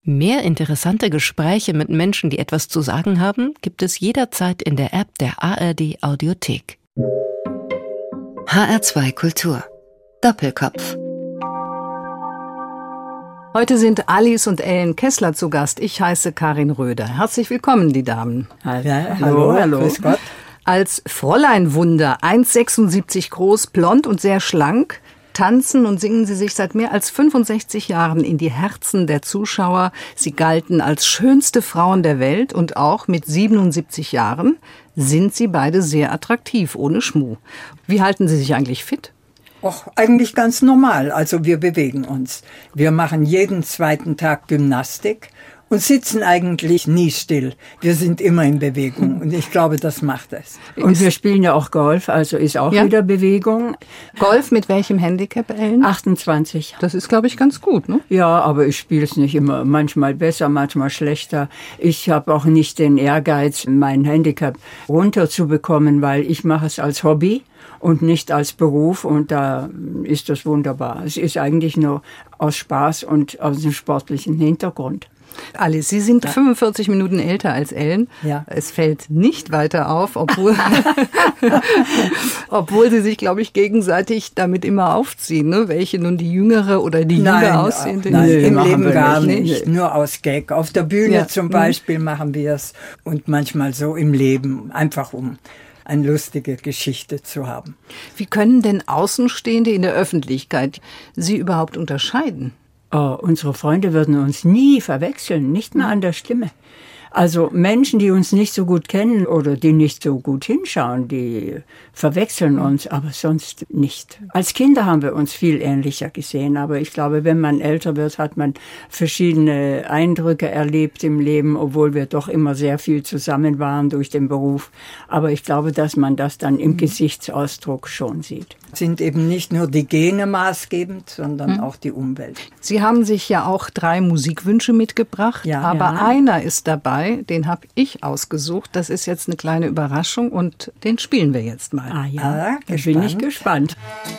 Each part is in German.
Mehr interessante Gespräche mit Menschen, die etwas zu sagen haben, gibt es jederzeit in der App der ARD Audiothek. HR2 Kultur. Doppelkopf. Heute sind Alice und Ellen Kessler zu Gast. Ich heiße Karin Röder. Herzlich willkommen, die Damen. Hallo. Grüß Gott. Als Fräuleinwunder, 1,76 groß, blond und sehr schlank, tanzen und singen sie sich seit mehr als 65 Jahren in die Herzen der Zuschauer. Sie galten als schönste Frauen der Welt und auch mit 77 Jahren sind sie beide sehr attraktiv, ohne Schmuh. Wie halten Sie sich eigentlich fit? Och, eigentlich ganz normal. Also wir bewegen uns. Wir machen jeden zweiten Tag Gymnastik und sitzen eigentlich nie still. Wir sind immer in Bewegung und ich glaube, das macht es. Und wir spielen ja auch Golf, also ist auch wieder Bewegung. Golf mit welchem Handicap, Ellen? 28. Das ist, glaube ich, ganz gut, ne? Ja, aber ich spiele es nicht immer, manchmal besser, manchmal schlechter. Ich habe auch nicht den Ehrgeiz, mein Handicap runterzubekommen, weil ich mache es als Hobby und nicht als Beruf, und da ist das wunderbar. Es ist eigentlich nur aus Spaß und aus dem sportlichen Hintergrund. Alice, Sie sind 45 Minuten älter als Ellen. Ja. Es fällt nicht weiter auf, obwohl Sie sich, glaube ich, gegenseitig damit immer aufziehen, ne? Welche nun die jüngere oder die jünger aussehende ist. Nein, im Leben gar nicht. Nur aus Gag. Auf der Bühne zum Beispiel machen wir es und manchmal so im Leben, einfach um eine lustige Geschichte zu haben. Wie können denn Außenstehende in der Öffentlichkeit Sie überhaupt unterscheiden? Oh, unsere Freunde würden uns nie verwechseln, nicht mal an der Stimme. Also Menschen, die uns nicht so gut kennen oder die nicht so gut hinschauen, die verwechseln uns, aber sonst nicht. Als Kinder haben wir uns viel ähnlicher gesehen, aber ich glaube, wenn man älter wird, hat man verschiedene Eindrücke erlebt im Leben, obwohl wir doch immer sehr viel zusammen waren durch den Beruf. Aber ich glaube, dass man das dann im Gesichtsausdruck schon sieht. Sind eben nicht nur die Gene maßgebend, sondern auch die Umwelt. Sie haben sich ja auch 3 Musikwünsche mitgebracht, aber einer ist dabei, den habe ich ausgesucht. Das ist jetzt eine kleine Überraschung und den spielen wir jetzt mal. Ah ja, da bin ich gespannt.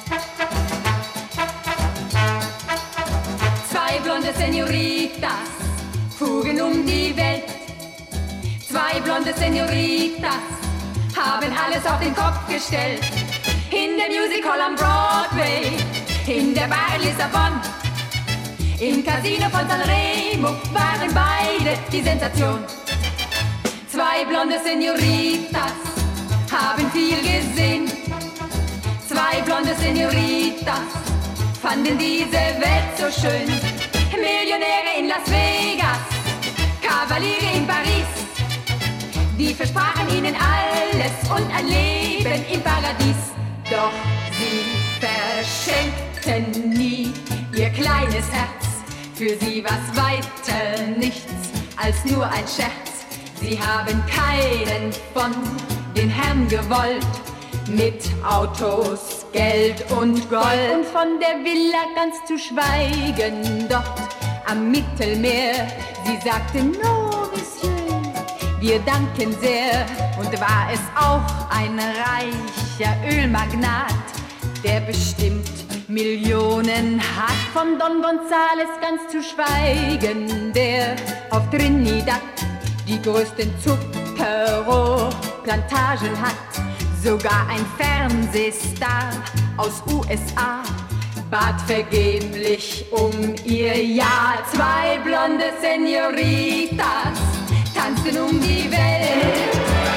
2 blonde Senoritas fuhren um die Welt. 2 blonde Senoritas haben alles auf den Kopf gestellt. In der Music Hall am Broadway, in der Bar Lissabon, im Casino von Sanremo waren beide die Sensation. 2 blonde Senoritas haben viel gesehen. 2 blonde Senoritas fanden diese Welt so schön. Millionäre in Las Vegas, Kavaliere in Paris, die versprachen ihnen alles und ein Leben im Paradies. Doch sie verschenkten nie ihr kleines Herz. Für sie war's weiter nichts als nur ein Scherz. Sie haben keinen von den Herren gewollt, mit Autos, Geld und Gold. Und von der Villa ganz zu schweigen, dort am Mittelmeer. Sie sagten, no, Monsieur, wir danken sehr. Und war es auch ein reicher Ölmagnat, der bestimmt Millionen hat. Von Don Gonzales ganz zu schweigen, der auf Trinidad die größten Zuckerrohrplantagen hat. Sogar ein Fernsehstar aus USA bat vergeblich um ihr Ja. 2 blonde Senoritas tanzten um die Welt.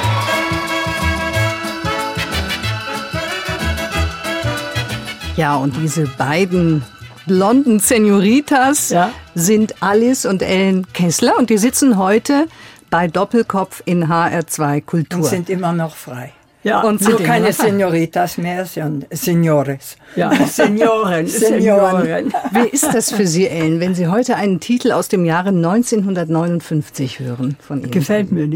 Ja, und diese beiden blonden Senoritas sind Alice und Ellen Kessler und die sitzen heute bei Doppelkopf in HR2 Kultur. Und sind immer noch frei. Ja, und so keine Senoritas mehr, sondern Seniores. Ja, Senioren. Wie ist das für Sie, Ellen, wenn Sie heute einen Titel aus dem Jahre 1959 hören von Ihnen? Gefällt mir nicht.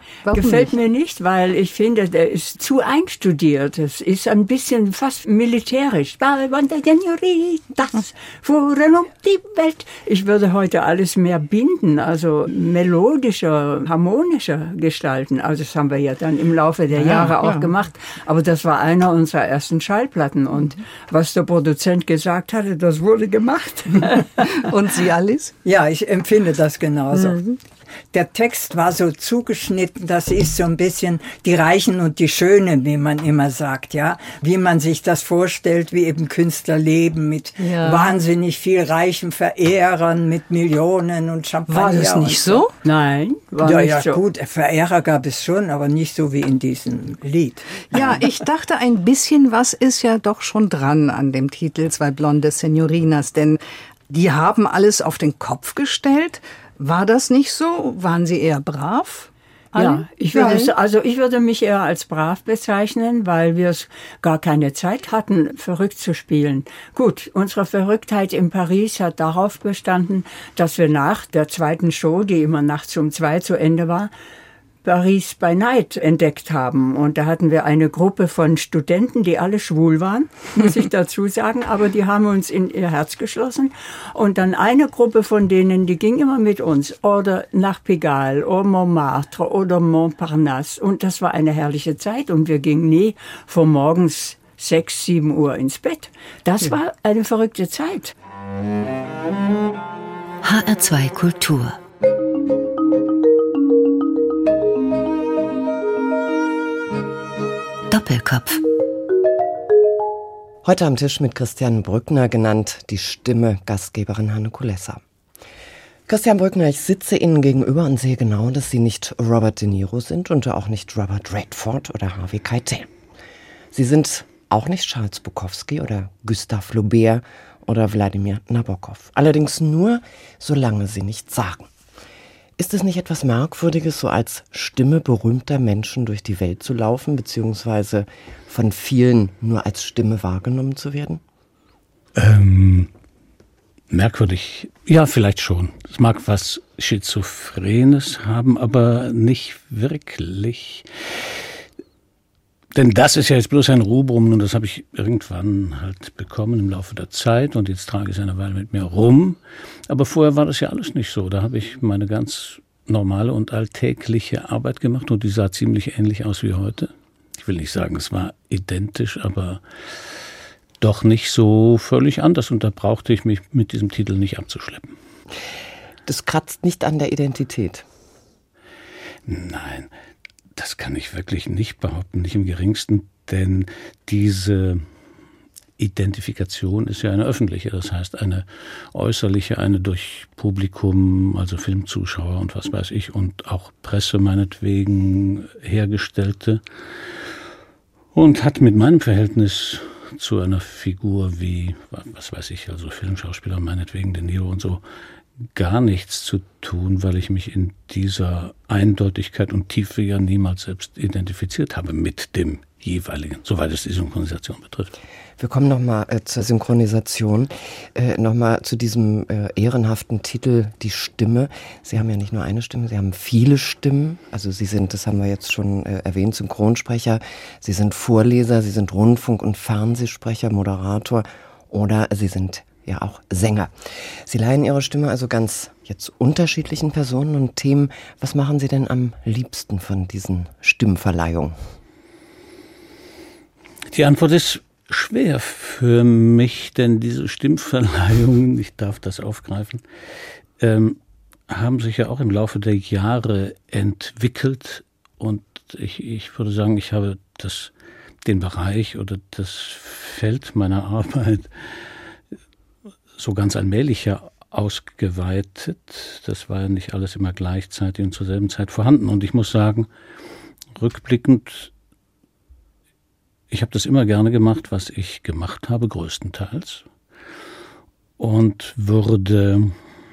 Warum Gefällt nicht? mir nicht, weil ich finde, der ist zu einstudiert. Es ist ein bisschen fast militärisch. Das fuhren um die Welt. Ich würde heute alles mehr binden, also melodischer, harmonischer gestalten. Also das haben wir ja dann im Laufe der Jahre auch gemacht. Aber das war einer unserer ersten Schallplatten. Und was der Produzent gesagt hatte, das wurde gemacht. Und Sie, Alice? Ja, ich empfinde das genauso. Der Text war so zugeschnitten, das ist so ein bisschen die Reichen und die Schönen, wie man immer sagt, ja. Wie man sich das vorstellt, wie eben Künstler leben mit wahnsinnig viel reichen Verehrern, mit Millionen und Champagner. War das nicht so? Nein, war Ja, nicht ja, so. gut, Verehrer gab es schon, aber nicht so wie in diesem Lied. Ja, ich dachte, ein bisschen was ist ja doch schon dran an dem Titel Zwei blonde Senorinas, denn die haben alles auf den Kopf gestellt. War das nicht so? Waren sie eher brav? Ja, ich würde mich eher als brav bezeichnen, weil wir gar keine Zeit hatten, verrückt zu spielen. Gut, unsere Verrücktheit in Paris hat darauf bestanden, dass wir nach der zweiten Show, die immer nachts um 2 zu Ende war, Paris by Night entdeckt haben. Und da hatten wir eine Gruppe von Studenten, die alle schwul waren, muss ich dazu sagen, aber die haben uns in ihr Herz geschlossen. Und dann eine Gruppe von denen, die ging immer mit uns, oder nach Pigalle, oder Montmartre, oder Montparnasse. Und das war eine herrliche Zeit und wir gingen nie vor morgens 6, 7 Uhr ins Bett. Das war eine verrückte Zeit. HR2 Kultur. Doppelkopf. Heute am Tisch mit Christian Brückner, genannt die Stimme, Gastgeberin Hanne Kulessa. Christian Brückner, ich sitze Ihnen gegenüber und sehe genau, dass Sie nicht Robert De Niro sind und auch nicht Robert Redford oder Harvey Keitel. Sie sind auch nicht Charles Bukowski oder Gustave Flaubert oder Wladimir Nabokov. Allerdings nur, solange Sie nichts sagen. Ist es nicht etwas Merkwürdiges, so als Stimme berühmter Menschen durch die Welt zu laufen, beziehungsweise von vielen nur als Stimme wahrgenommen zu werden? Merkwürdig, ja, vielleicht schon. Es mag was Schizophrenes haben, aber nicht wirklich. Denn das ist ja jetzt bloß ein Rubrum und das habe ich irgendwann halt bekommen im Laufe der Zeit und jetzt trage ich es eine Weile mit mir rum. Aber vorher war das ja alles nicht so. Da habe ich meine ganz normale und alltägliche Arbeit gemacht und die sah ziemlich ähnlich aus wie heute. Ich will nicht sagen, es war identisch, aber doch nicht so völlig anders und da brauchte ich mich mit diesem Titel nicht abzuschleppen. Das kratzt nicht an der Identität. Nein. Das kann ich wirklich nicht behaupten, nicht im geringsten, denn diese Identifikation ist ja eine öffentliche, das heißt eine äußerliche, eine durch Publikum, also Filmzuschauer und was weiß ich und auch Presse meinetwegen hergestellte und hat mit meinem Verhältnis zu einer Figur wie, was weiß ich, also Filmschauspieler meinetwegen De Niro und so, gar nichts zu tun, weil ich mich in dieser Eindeutigkeit und Tiefe ja niemals selbst identifiziert habe mit dem jeweiligen, soweit es die Synchronisation betrifft. Wir kommen nochmal zur Synchronisation, nochmal zu diesem ehrenhaften Titel Die Stimme. Sie haben ja nicht nur eine Stimme, Sie haben viele Stimmen. Also Sie sind, das haben wir jetzt schon erwähnt, Synchronsprecher, Sie sind Vorleser, Sie sind Rundfunk- und Fernsehsprecher, Moderator oder Sie sind ja auch Sänger. Sie leihen Ihre Stimme also ganz jetzt unterschiedlichen Personen und Themen. Was machen Sie denn am liebsten von diesen Stimmverleihungen? Die Antwort ist schwer für mich, denn diese Stimmverleihungen, ich darf das aufgreifen, haben sich ja auch im Laufe der Jahre entwickelt und ich würde sagen, ich habe den Bereich oder das Feld meiner Arbeit so ganz allmählich ja ausgeweitet. Das war ja nicht alles immer gleichzeitig und zur selben Zeit vorhanden. Und ich muss sagen, rückblickend, ich habe das immer gerne gemacht, was ich gemacht habe, größtenteils. Und würde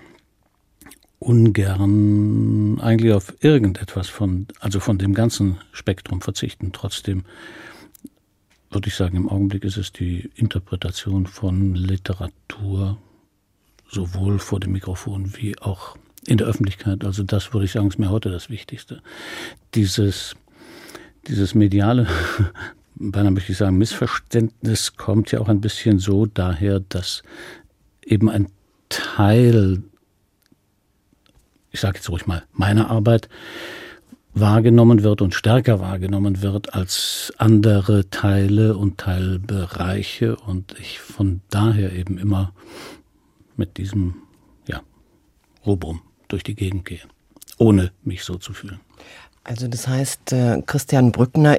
ungern eigentlich auf irgendetwas von dem ganzen Spektrum verzichten. Trotzdem würde ich sagen, im Augenblick ist es die Interpretation von Literatur, sowohl vor dem Mikrofon wie auch in der Öffentlichkeit. Also das würde ich sagen, ist mir heute das Wichtigste. Dieses mediale, beinahe möchte ich sagen, Missverständnis kommt ja auch ein bisschen so daher, dass eben ein Teil, ich sage jetzt ruhig mal, meiner Arbeit wahrgenommen wird und stärker wahrgenommen wird als andere Teile und Teilbereiche und ich von daher eben immer mit diesem Rubrum durch die Gegend gehe, ohne mich so zu fühlen. Also das heißt, Christian Brückner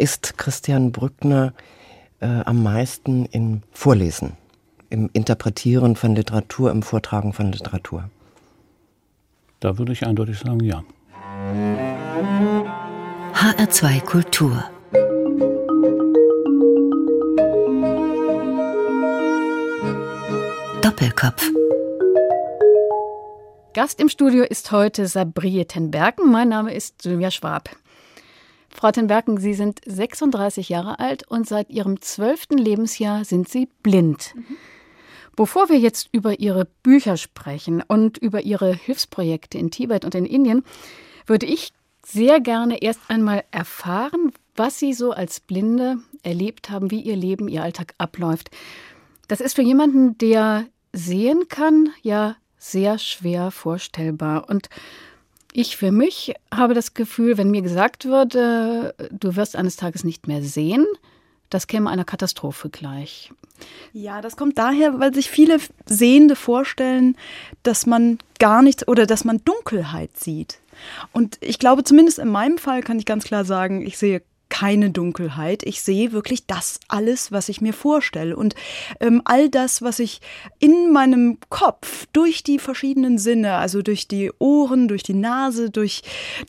am meisten im Vorlesen, im Interpretieren von Literatur, im Vortragen von Literatur. Da würde ich eindeutig sagen, ja. HR2 Kultur. Doppelkopf. Gast im Studio ist heute Sabriye Tenberken. Mein Name ist Sylvia Schwab. Frau Tenberken, Sie sind 36 Jahre alt und seit Ihrem 12. Lebensjahr sind Sie blind. Bevor wir jetzt über Ihre Bücher sprechen und über Ihre Hilfsprojekte in Tibet und in Indien, würde ich sehr gerne erst einmal erfahren, was Sie so als Blinde erlebt haben, wie Ihr Leben, Ihr Alltag abläuft. Das ist für jemanden, der sehen kann, ja sehr schwer vorstellbar. Und ich für mich habe das Gefühl, wenn mir gesagt würde, du wirst eines Tages nicht mehr sehen, das käme einer Katastrophe gleich. Ja, das kommt daher, weil sich viele Sehende vorstellen, dass man gar nichts oder dass man Dunkelheit sieht. Und ich glaube, zumindest in meinem Fall kann ich ganz klar sagen, ich sehe keine Dunkelheit. Ich sehe wirklich das alles, was ich mir vorstelle. Und all das, was ich in meinem Kopf durch die verschiedenen Sinne, also durch die Ohren, durch die Nase, durch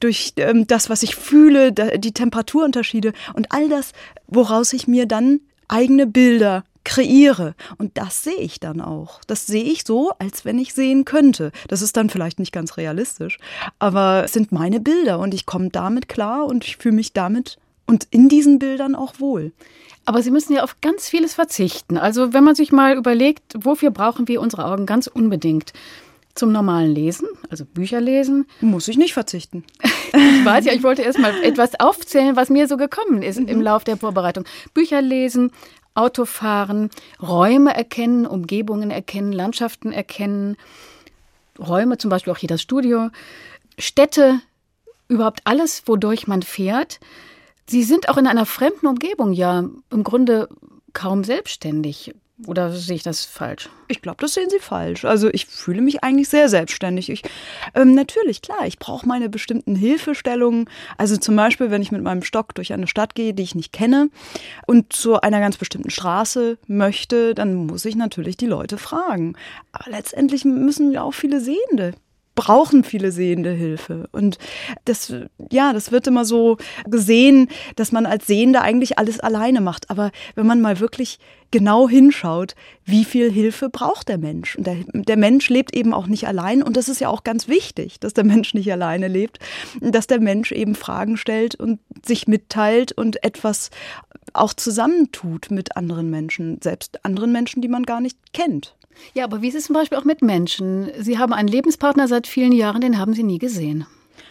das, was ich fühle, die Temperaturunterschiede und all das, woraus ich mir dann eigene Bilder kreiere. Und das sehe ich dann auch. Das sehe ich so, als wenn ich sehen könnte. Das ist dann vielleicht nicht ganz realistisch, aber es sind meine Bilder und ich komme damit klar und ich fühle mich damit und in diesen Bildern auch wohl. Aber Sie müssen ja auf ganz vieles verzichten. Also wenn man sich mal überlegt, wofür brauchen wir unsere Augen ganz unbedingt? Zum normalen Lesen, also Bücher lesen. Muss ich nicht verzichten. Ich weiß ja, ich wollte erst mal etwas aufzählen, was mir so gekommen ist im Lauf der Vorbereitung. Bücher lesen, Autofahren, Räume erkennen, Umgebungen erkennen, Landschaften erkennen, Räume, zum Beispiel auch hier das Studio, Städte, überhaupt alles, wodurch man fährt. Sie sind auch in einer fremden Umgebung ja im Grunde kaum selbstständig. Oder sehe ich das falsch? Ich glaube, das sehen Sie falsch. Also ich fühle mich eigentlich sehr selbstständig. Natürlich, klar, ich brauche meine bestimmten Hilfestellungen. Also zum Beispiel, wenn ich mit meinem Stock durch eine Stadt gehe, die ich nicht kenne und zu einer ganz bestimmten Straße möchte, dann muss ich natürlich die Leute fragen. Aber letztendlich müssen ja auch brauchen viele Sehende Hilfe. Und das wird immer so gesehen, dass man als Sehende eigentlich alles alleine macht. Aber wenn man mal wirklich genau hinschaut, wie viel Hilfe braucht der Mensch? Und der Mensch lebt eben auch nicht allein. Und das ist ja auch ganz wichtig, dass der Mensch nicht alleine lebt. Dass der Mensch eben Fragen stellt und sich mitteilt und etwas auch zusammentut mit anderen Menschen. Selbst anderen Menschen, die man gar nicht kennt. Ja, aber wie ist es zum Beispiel auch mit Menschen? Sie haben einen Lebenspartner seit vielen Jahren, den haben Sie nie gesehen.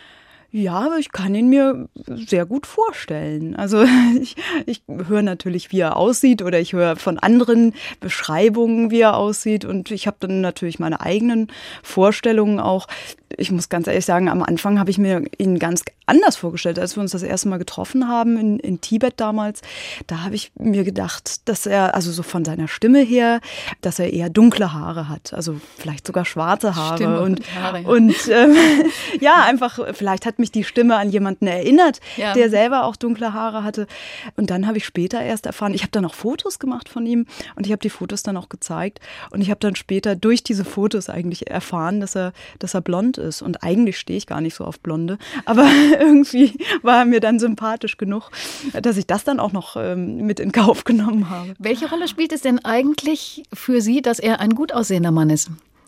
Ja, aber ich kann ihn mir sehr gut vorstellen. Also ich höre natürlich, wie er aussieht oder ich höre von anderen Beschreibungen, wie er aussieht und ich habe dann natürlich meine eigenen Vorstellungen auch. Ich muss ganz ehrlich sagen, am Anfang habe ich mir ihn ganz anders vorgestellt, als wir uns das erste Mal getroffen haben in Tibet damals. Da habe ich mir gedacht, dass er, also so von seiner Stimme her, dass er eher dunkle Haare hat, also vielleicht sogar schwarze Haare. Stimme und Haare, ja. Und ja, einfach, vielleicht hat mich die Stimme an jemanden erinnert, ja, der selber auch dunkle Haare hatte. Und dann habe ich später erst erfahren, ich habe dann auch Fotos gemacht von ihm und ich habe die Fotos dann auch gezeigt und ich habe dann später durch diese Fotos eigentlich erfahren, dass er blond ist. Und eigentlich stehe ich gar nicht so auf Blonde, aber irgendwie war er mir dann sympathisch genug, dass ich das dann auch noch mit in Kauf genommen habe. Welche Rolle spielt es denn eigentlich für Sie, dass er ein gut aussehender Mann ist?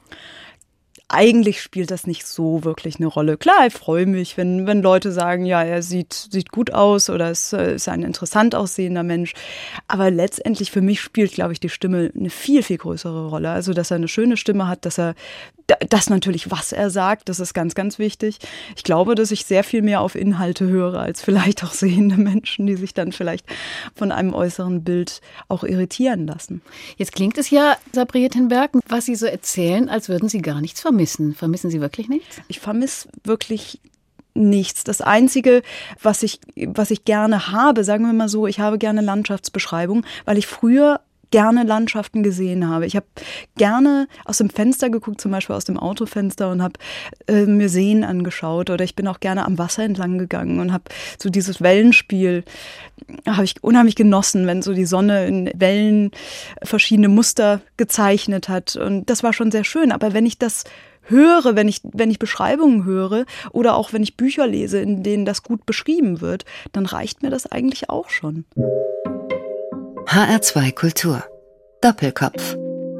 Eigentlich spielt das nicht so wirklich eine Rolle. Klar, ich freue mich, wenn Leute sagen, ja, er sieht gut aus oder ist ein interessant aussehender Mensch. Aber letztendlich für mich spielt, glaube ich, die Stimme eine viel, viel größere Rolle. Also, dass er eine schöne Stimme hat, dass er Das natürlich, was er sagt, das ist ganz, ganz wichtig. Ich glaube, dass ich sehr viel mehr auf Inhalte höre, als vielleicht auch sehende Menschen, die sich dann vielleicht von einem äußeren Bild auch irritieren lassen. Jetzt klingt es ja, Sabriye Tenberken, was Sie so erzählen, als würden Sie gar nichts vermissen. Vermissen Sie wirklich nichts? Ich vermisse wirklich nichts. Das Einzige, was ich gerne habe, sagen wir mal so, ich habe gerne Landschaftsbeschreibung, weil ich früher gerne Landschaften gesehen habe. Ich habe gerne aus dem Fenster geguckt, zum Beispiel aus dem Autofenster und habe mir Seen angeschaut, oder ich bin auch gerne am Wasser entlang gegangen und habe so dieses Wellenspiel, habe ich unheimlich genossen, wenn so die Sonne in Wellen verschiedene Muster gezeichnet hat, und das war schon sehr schön. Aber wenn ich das höre, wenn ich Beschreibungen höre oder auch wenn ich Bücher lese, in denen das gut beschrieben wird, dann reicht mir das eigentlich auch schon. HR2 Kultur. Doppelkopf.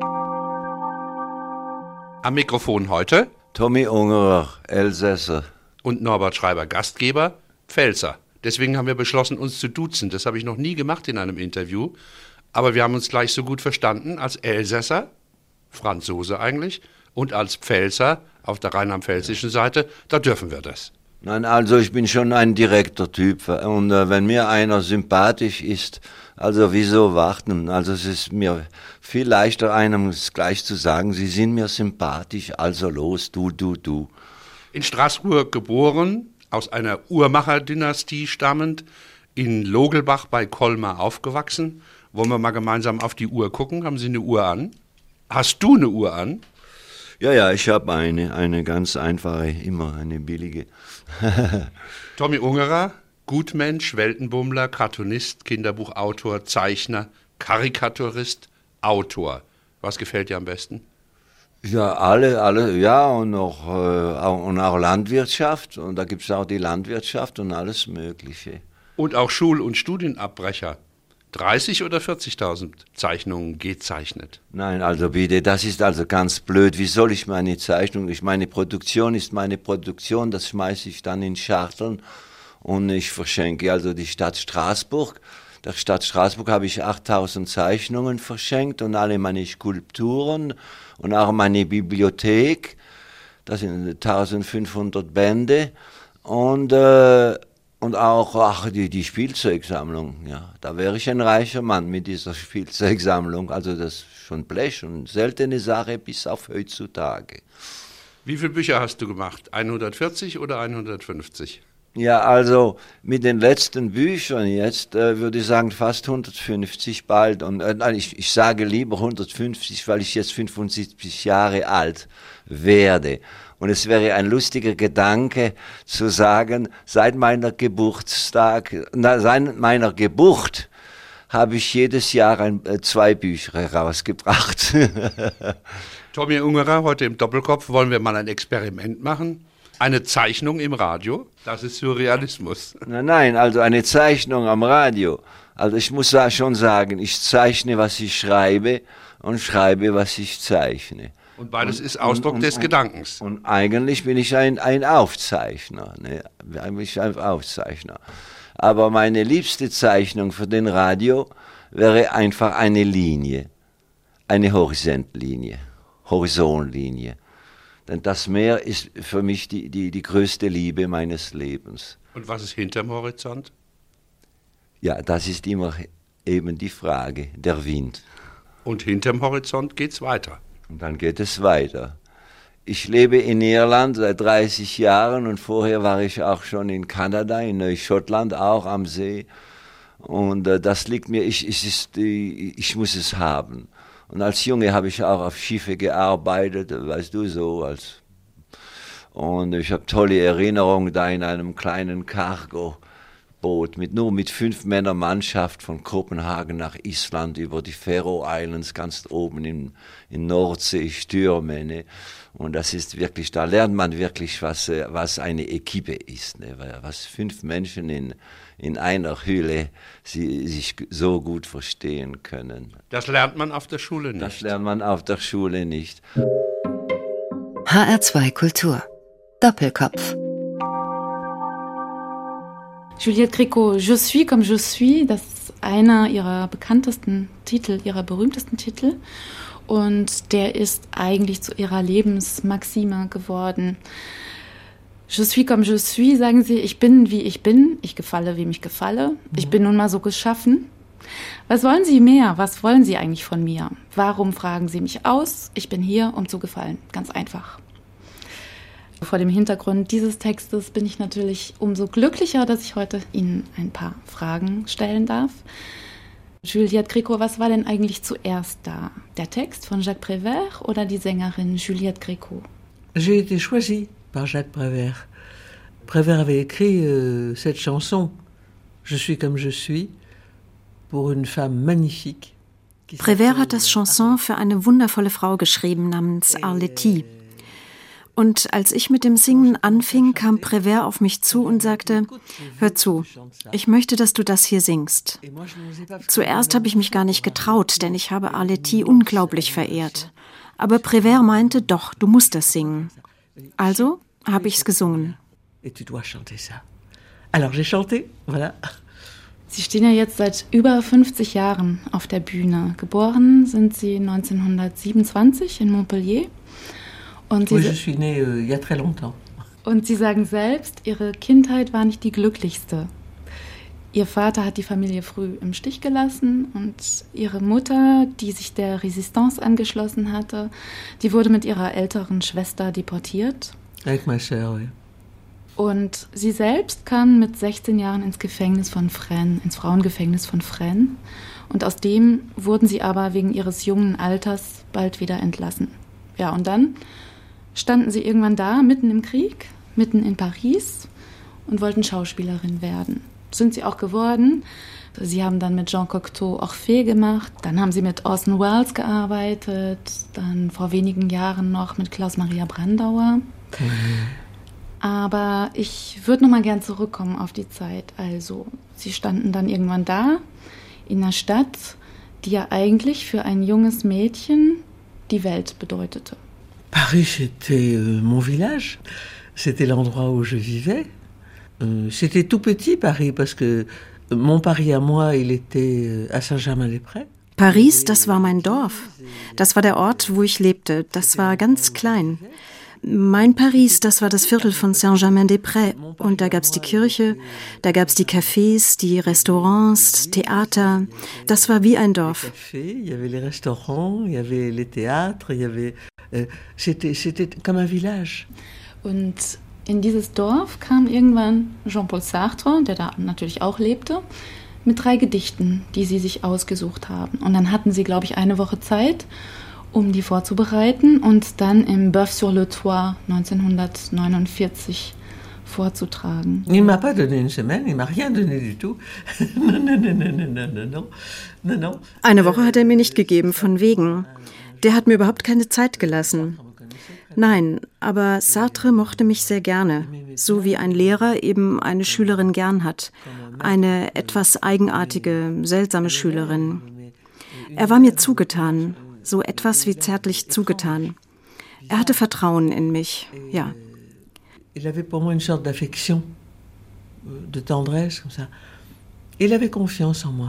Am Mikrofon heute Tommy Ungerer, Elsässer. Und Norbert Schreiber, Gastgeber, Pfälzer. Deswegen haben wir beschlossen, uns zu duzen. Das habe ich noch nie gemacht in einem Interview. Aber wir haben uns gleich so gut verstanden als Elsässer, Franzose eigentlich, und als Pfälzer auf der rheinland-pfälzischen Seite. Da dürfen wir das. Nein, also ich bin schon ein direkter Typ. Und wenn mir einer sympathisch ist, also wieso warten? Also es ist mir viel leichter, einem gleich zu sagen, Sie sind mir sympathisch, also los, du. In Straßburg geboren, aus einer Uhrmacherdynastie stammend, in Logelbach bei Colmar aufgewachsen. Wollen wir mal gemeinsam auf die Uhr gucken? Haben Sie eine Uhr an? Hast du eine Uhr an? Ja, ich habe eine ganz einfache, immer eine billige. Tommy Ungerer, Gutmensch, Weltenbummler, Cartoonist, Kinderbuchautor, Zeichner, Karikaturist, Autor. Was gefällt dir am besten? Ja, alle, ja, und auch Landwirtschaft. Und da gibt es auch die Landwirtschaft und alles Mögliche. Und auch Schul- und Studienabbrecher. 30 oder 40.000 Zeichnungen gezeichnet? Nein, also bitte, das ist also ganz blöd. Wie soll ich meine Zeichnung, meine Produktion ist meine Produktion, das schmeiße ich dann in Schachteln und ich verschenke also die Stadt Straßburg. Der Stadt Straßburg habe ich 8.000 Zeichnungen verschenkt und alle meine Skulpturen und auch meine Bibliothek. Das sind 1.500 Bände und auch die Spielzeugsammlung, ja, da wäre ich ein reicher Mann mit dieser Spielzeugsammlung. Also das ist schon Blech und seltene Sache bis auf heutzutage. Wie viele Bücher hast du gemacht? 140 oder 150? Ja, also mit den letzten Büchern jetzt würde ich sagen fast 150 bald. Und ich sage lieber 150, weil ich jetzt 75 Jahre alt werde. Und es wäre ein lustiger Gedanke zu sagen, seit meiner Geburt habe ich jedes Jahr 2 Bücher herausgebracht. Tommy Ungerer, heute im Doppelkopf wollen wir mal ein Experiment machen. Eine Zeichnung im Radio, das ist Surrealismus. Nein, also eine Zeichnung am Radio. Also ich muss schon sagen, ich zeichne, was ich schreibe und schreibe, was ich zeichne. Und beides ist Ausdruck des Gedankens. Und eigentlich bin ich ein Aufzeichner, ne? Eigentlich ein Aufzeichner. Aber meine liebste Zeichnung für den Radio wäre einfach eine Linie, eine Horizontlinie. Denn das Meer ist für mich die größte Liebe meines Lebens. Und was ist hinterm Horizont? Ja, das ist immer eben die Frage, der Wind. Und hinterm Horizont geht's weiter. Und dann geht es weiter. Ich lebe in Irland seit 30 Jahren und vorher war ich auch schon in Kanada, in Neuschottland, auch am See. Und das liegt mir, ich muss es haben. Und als Junge habe ich auch auf Schiffe gearbeitet, weißt du, so als. Und ich habe tolle Erinnerungen da in einem kleinen Cargo-Boot nur mit 5 Männern Mannschaft von Kopenhagen nach Island über die Faroe Islands, ganz oben in Nordsee, Stürme. Ne? Und das ist wirklich, da lernt man wirklich, was eine Equipe ist, ne? Was 5 Menschen in einer Hülle sich so gut verstehen können. Das lernt man auf der Schule nicht. Das lernt man auf der Schule nicht. HR2 Kultur. Doppelkopf. Juliette Gréco, Je suis comme je suis, das ist einer ihrer bekanntesten Titel, ihrer berühmtesten Titel. und der ist eigentlich zu ihrer Lebensmaxime geworden. Je suis comme je suis, sagen sie, ich bin, wie ich bin, ich gefalle, wie mich gefalle, ich bin nun mal so geschaffen. Was wollen Sie mehr? Was wollen Sie eigentlich von mir? Warum fragen Sie mich aus? Ich bin hier, um zu gefallen. Ganz einfach. Vor dem Hintergrund dieses Textes bin ich natürlich umso glücklicher, dass ich heute Ihnen ein paar Fragen stellen darf. Juliette Gréco, was war denn eigentlich zuerst da? Der Text von Jacques Prévert oder die Sängerin Juliette Gréco? J'ai été choisie par Jacques Prévert. Prévert avait écrit cette chanson, Je suis comme je suis, pour une femme magnifique. Prévert hat das Chanson für eine wundervolle Frau geschrieben namens Arletty. Und als ich mit dem Singen anfing, kam Prévert auf mich zu und sagte, hör zu, ich möchte, dass du das hier singst. Zuerst habe ich mich gar nicht getraut, denn ich habe Arletty unglaublich verehrt. Aber Prévert meinte, doch, du musst das singen. Also habe ich es gesungen. Sie stehen ja jetzt seit über 50 Jahren auf der Bühne. Geboren sind Sie 1927 in Montpellier. Und Oui, je suis née il y a très longtemps. Und Sie sagen selbst, Ihre Kindheit war nicht die glücklichste. Ihr Vater hat die Familie früh im Stich gelassen und Ihre Mutter, die sich der Résistance angeschlossen hatte, die wurde mit ihrer älteren Schwester deportiert. Avec ma sœur, oui. Und Sie selbst kamen mit 16 Jahren ins Gefängnis von Fresnes, ins Frauengefängnis von Fresnes. Und aus dem wurden Sie aber wegen Ihres jungen Alters bald wieder entlassen. Ja, und dann standen Sie irgendwann da, mitten im Krieg, mitten in Paris und wollten Schauspielerin werden. Sind Sie auch geworden. Sie haben dann mit Jean Cocteau Orphée gemacht, dann haben Sie mit Orson Welles gearbeitet, dann vor wenigen Jahren noch mit Klaus Maria Brandauer. Aber ich würde noch mal gern zurückkommen auf die Zeit. Also, Sie standen dann irgendwann da, in einer Stadt, die ja eigentlich für ein junges Mädchen die Welt bedeutete. Paris, c'était mon village. C'était l'endroit où je vivais. C'était tout petit, Paris, parce que mon Paris à moi, il était à Saint-Germain-des-Prés. Paris, das war mein Dorf. Das war der Ort, wo ich lebte. Das war ganz klein. Mein Paris, das war das Viertel von Saint-Germain-des-Prés. Und da gab's die Kirche, da gab's die Cafés, die Restaurants, Theater. Das war wie ein Dorf. Il y avait les restaurants, il y avait les théâtres, il y avait... C'était comme un village. Und in dieses Dorf kam irgendwann Jean-Paul Sartre, der da natürlich auch lebte, mit 3 Gedichten, die Sie sich ausgesucht haben. Und dann hatten Sie, glaube ich, eine Woche Zeit, um die vorzubereiten und dann im Bœuf sur le Toit 1949 vorzutragen. Il m'a pas donné une semaine, il m'a rien donné du tout. Non. Eine Woche hat er mir nicht gegeben, von wegen. Der hat mir überhaupt keine Zeit gelassen. Nein, aber Sartre mochte mich sehr gerne, so wie ein Lehrer eben eine Schülerin gern hat. Eine etwas eigenartige, seltsame Schülerin. Er war mir zugetan, so etwas wie zärtlich zugetan. Er hatte Vertrauen in mich, ja. Il avait pour moi une sorte d'affection, de tendresse, comme ça. Il avait confiance en moi.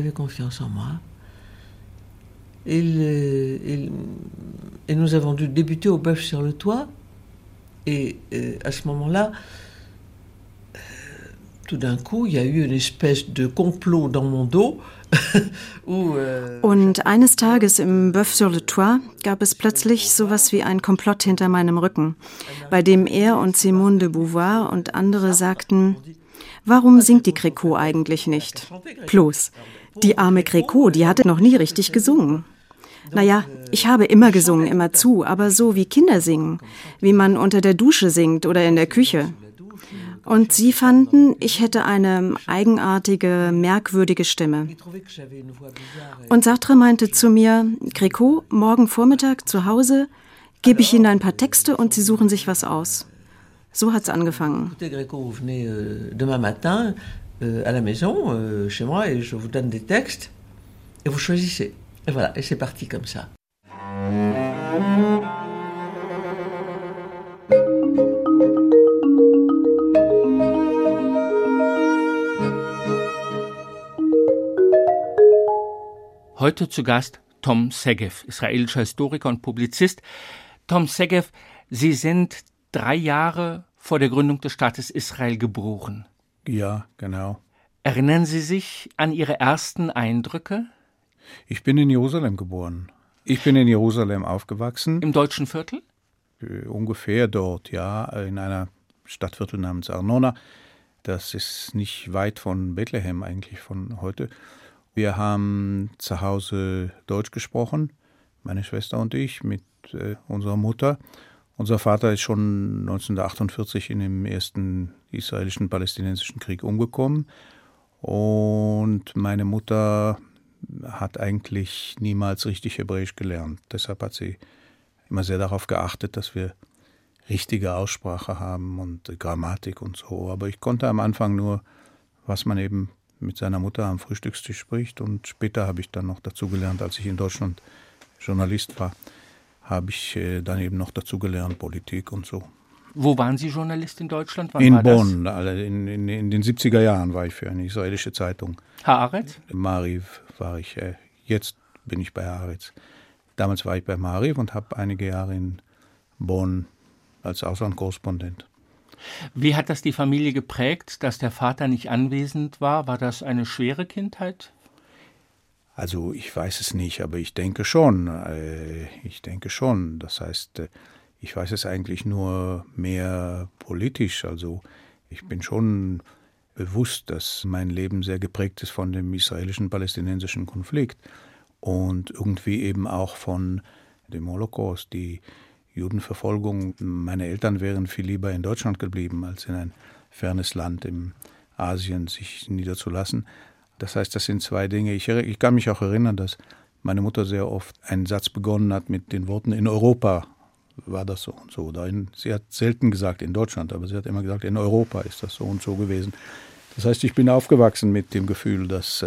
Et nous avons dû débuter au Bœuf sur le Toit. Et à ce moment-là, tout d'un coup, il y a eu une espèce de complot dans mon dos. Und eines Tages im Bœuf sur le Toit gab es plötzlich sowas wie ein Komplott hinter meinem Rücken, bei dem er und Simone de Beauvoir und andere sagten, warum singt die Gréco eigentlich nicht? Bloß, die arme Gréco, die hatte noch nie richtig gesungen. Naja, ich habe immer gesungen, immer zu, aber so wie Kinder singen, wie man unter der Dusche singt oder in der Küche. Und sie fanden, ich hätte eine eigenartige, merkwürdige Stimme. Und Sartre meinte zu mir, Gréco, morgen Vormittag zu Hause gebe ich Ihnen ein paar Texte und Sie suchen sich was aus. So hat's angefangen. Gréco, vous venez demain matin à la maison, chez moi, et je vous donne des textes, et vous choisissez. Et voilà, et c'est parti comme ça. Heute zu Gast Tom Segev, israelischer Historiker und Publizist. Tom Segev, Sie sind 3 Jahre vor der Gründung des Staates Israel geboren. Ja, genau. Erinnern Sie sich an Ihre ersten Eindrücke? Ich bin in Jerusalem geboren. Ich bin in Jerusalem aufgewachsen. Im deutschen Viertel? Ungefähr dort, ja, in einer Stadtviertel namens Arnona. Das ist nicht weit von Bethlehem eigentlich von heute. Wir haben zu Hause Deutsch gesprochen, meine Schwester und ich, mit unserer Mutter. Unser Vater ist schon 1948 in dem ersten israelischen-palästinensischen Krieg umgekommen. Und meine Mutter hat eigentlich niemals richtig Hebräisch gelernt. Deshalb hat sie immer sehr darauf geachtet, dass wir richtige Aussprache haben und Grammatik und so. Aber ich konnte am Anfang nur, was man eben mit seiner Mutter am Frühstückstisch spricht. Und später habe ich dann noch dazu gelernt, als ich in Deutschland Journalist war, habe ich dann eben noch dazu gelernt, Politik und so. Wo waren Sie Journalist in Deutschland? Wann in Bonn. In den 70er Jahren war ich für eine israelische Zeitung. Haaretz? Maariv war ich. Jetzt bin ich bei Haaretz. Damals war ich bei Maariv und habe einige Jahre in Bonn als Auslandskorrespondent. Wie hat das die Familie geprägt, dass der Vater nicht anwesend war? War das eine schwere Kindheit? Also ich weiß es nicht, aber ich denke schon. Das heißt, ich weiß es eigentlich nur mehr politisch. Also ich bin schon bewusst, dass mein Leben sehr geprägt ist von dem israelischen-palästinensischen Konflikt und irgendwie eben auch von dem Holocaust, die Judenverfolgung. Meine Eltern wären viel lieber in Deutschland geblieben, als in ein fernes Land im Asien sich niederzulassen. Das heißt, das sind 2 Dinge. Ich kann mich auch erinnern, dass meine Mutter sehr oft einen Satz begonnen hat mit den Worten, in Europa war das so und so. Sie hat selten gesagt in Deutschland, aber sie hat immer gesagt, in Europa ist das so und so gewesen. Das heißt, ich bin aufgewachsen mit dem Gefühl, dass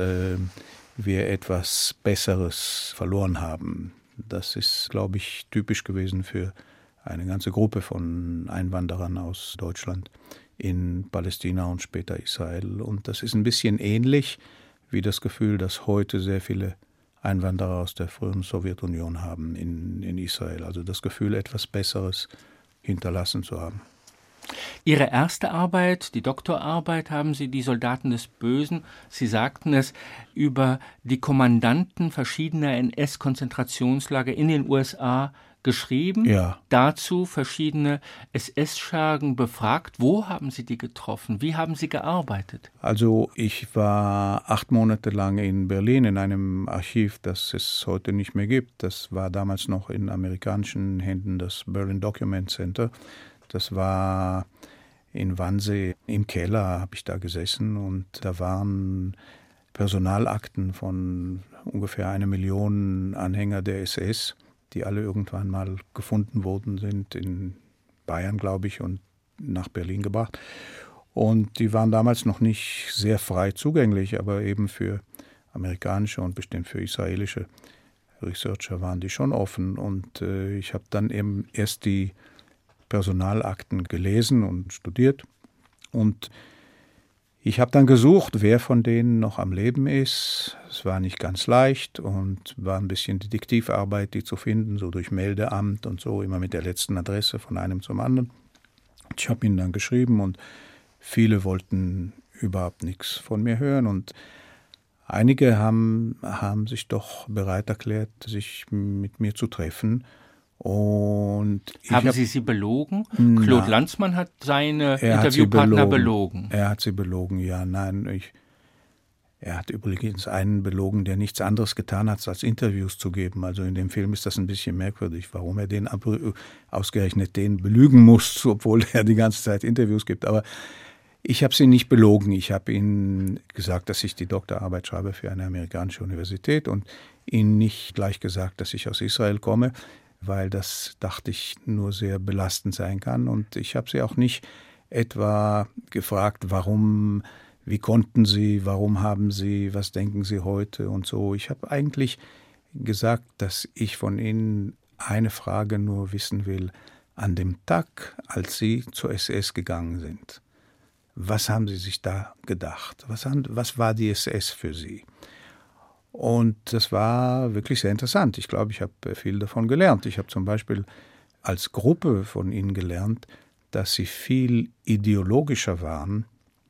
wir etwas Besseres verloren haben. Das ist, glaube ich, typisch gewesen für eine ganze Gruppe von Einwanderern aus Deutschland in Palästina und später Israel. Und das ist ein bisschen ähnlich wie das Gefühl, das heute sehr viele Einwanderer aus der frühen Sowjetunion haben in Israel. Also das Gefühl, etwas Besseres hinterlassen zu haben. Ihre erste Arbeit, die Doktorarbeit, haben Sie Die Soldaten des Bösen, Sie sagten es, über die Kommandanten verschiedener NS-Konzentrationslager in den USA geschrieben. Ja. Dazu verschiedene SS-Schergen befragt. Wo haben Sie die getroffen? Wie haben Sie gearbeitet? Also ich war 8 Monate lang in Berlin in einem Archiv, das es heute nicht mehr gibt. Das war damals noch in amerikanischen Händen, das Berlin Document Center. Das war in Wannsee im Keller, habe ich da gesessen und da waren Personalakten von ungefähr 1 Million Anhänger der SS, die alle irgendwann mal gefunden worden sind, in Bayern, glaube ich, und nach Berlin gebracht. Und die waren damals noch nicht sehr frei zugänglich, aber eben für amerikanische und bestimmt für israelische Researcher waren die schon offen. Und ich habe dann eben erst die Personalakten gelesen und studiert. Und ich habe dann gesucht, wer von denen noch am Leben ist. Es war nicht ganz leicht und war ein bisschen Detektivarbeit, die zu finden, so durch Meldeamt und so, immer mit der letzten Adresse von einem zum anderen. Ich habe ihnen dann geschrieben und viele wollten überhaupt nichts von mir hören. Und einige haben sich doch bereit erklärt, sich mit mir zu treffen. Und haben Sie belogen? Claude Lanzmann hat seine Interviewpartner belogen. Er hat sie belogen, ja, nein. Er hat übrigens einen belogen, der nichts anderes getan hat, als Interviews zu geben. Also in dem Film ist das ein bisschen merkwürdig, warum er ausgerechnet den belügen muss, obwohl er die ganze Zeit Interviews gibt. Aber ich habe sie nicht belogen. Ich habe ihnen gesagt, dass ich die Doktorarbeit schreibe für eine amerikanische Universität und ihnen nicht gleich gesagt, dass ich aus Israel komme, weil das, dachte ich, nur sehr belastend sein kann. Und ich habe sie auch nicht etwa gefragt, warum, wie konnten Sie, warum haben Sie, was denken Sie heute und so. Ich habe eigentlich gesagt, dass ich von Ihnen eine Frage nur wissen will. An dem Tag, als Sie zur SS gegangen sind, was haben Sie sich da gedacht? Was war die SS für Sie? Und das war wirklich sehr interessant. Ich glaube, ich habe viel davon gelernt. Ich habe zum Beispiel als Gruppe von ihnen gelernt, dass sie viel ideologischer waren,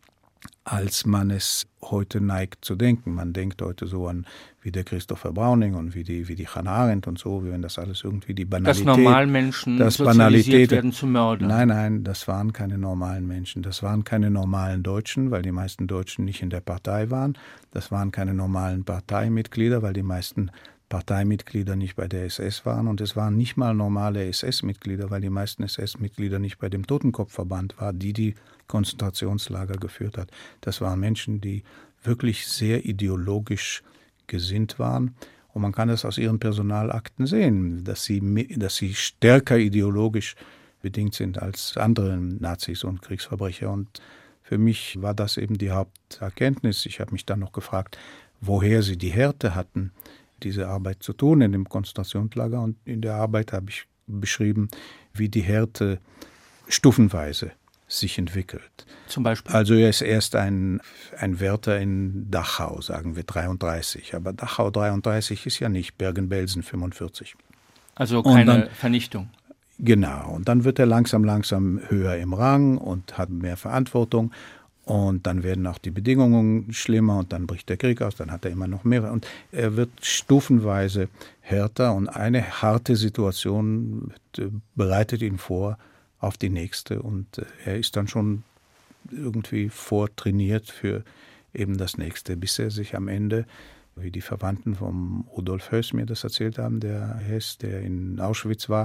als man es heute neigt zu denken. Man denkt heute so an wie der Christopher Browning und wie die Hannah Arendt und so, wie wenn das alles irgendwie die Banalität... Dass Normalmenschen sozialisiert werden zu Mördern. Nein, das waren keine normalen Menschen. Das waren keine normalen Deutschen, weil die meisten Deutschen nicht in der Partei waren. Das waren keine normalen Parteimitglieder, weil die meisten Parteimitglieder nicht bei der SS waren. Und es waren nicht mal normale SS-Mitglieder, weil die meisten SS-Mitglieder nicht bei dem Totenkopfverband waren, die Konzentrationslager geführt hat. Das waren Menschen, die wirklich sehr ideologisch gesinnt waren. Und man kann das aus ihren Personalakten sehen, dass sie stärker ideologisch bedingt sind als andere Nazis und Kriegsverbrecher. Und für mich war das eben die Haupterkenntnis. Ich habe mich dann noch gefragt, woher sie die Härte hatten, diese Arbeit zu tun in dem Konzentrationslager. Und in der Arbeit habe ich beschrieben, wie die Härte stufenweise sich entwickelt. Zum Beispiel? Also er ist erst ein Wärter in Dachau, sagen wir 33. Aber Dachau 33 ist ja nicht Bergen-Belsen 45. Also keine Vernichtung. Genau. Und dann wird er langsam höher im Rang und hat mehr Verantwortung. Und dann werden auch die Bedingungen schlimmer und dann bricht der Krieg aus, dann hat er immer noch mehr. Und er wird stufenweise härter und eine harte Situation bereitet ihn vor auf die nächste. Und er ist dann schon irgendwie vortrainiert für eben das nächste, bis er sich am Ende, wie die Verwandten vom Rudolf Höss mir das erzählt haben, der Hess, der in Auschwitz war,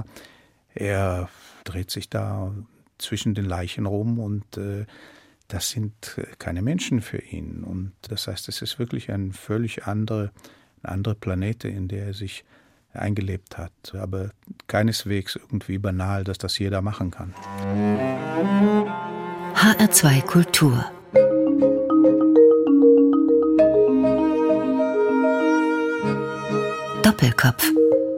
er dreht sich da zwischen den Leichen rum und das sind keine Menschen für ihn. Und das heißt, es ist wirklich eine völlig andere Planete, in der er sich eingelebt hat. Aber keineswegs irgendwie banal, dass das jeder machen kann. HR2 Kultur. Doppelkopf.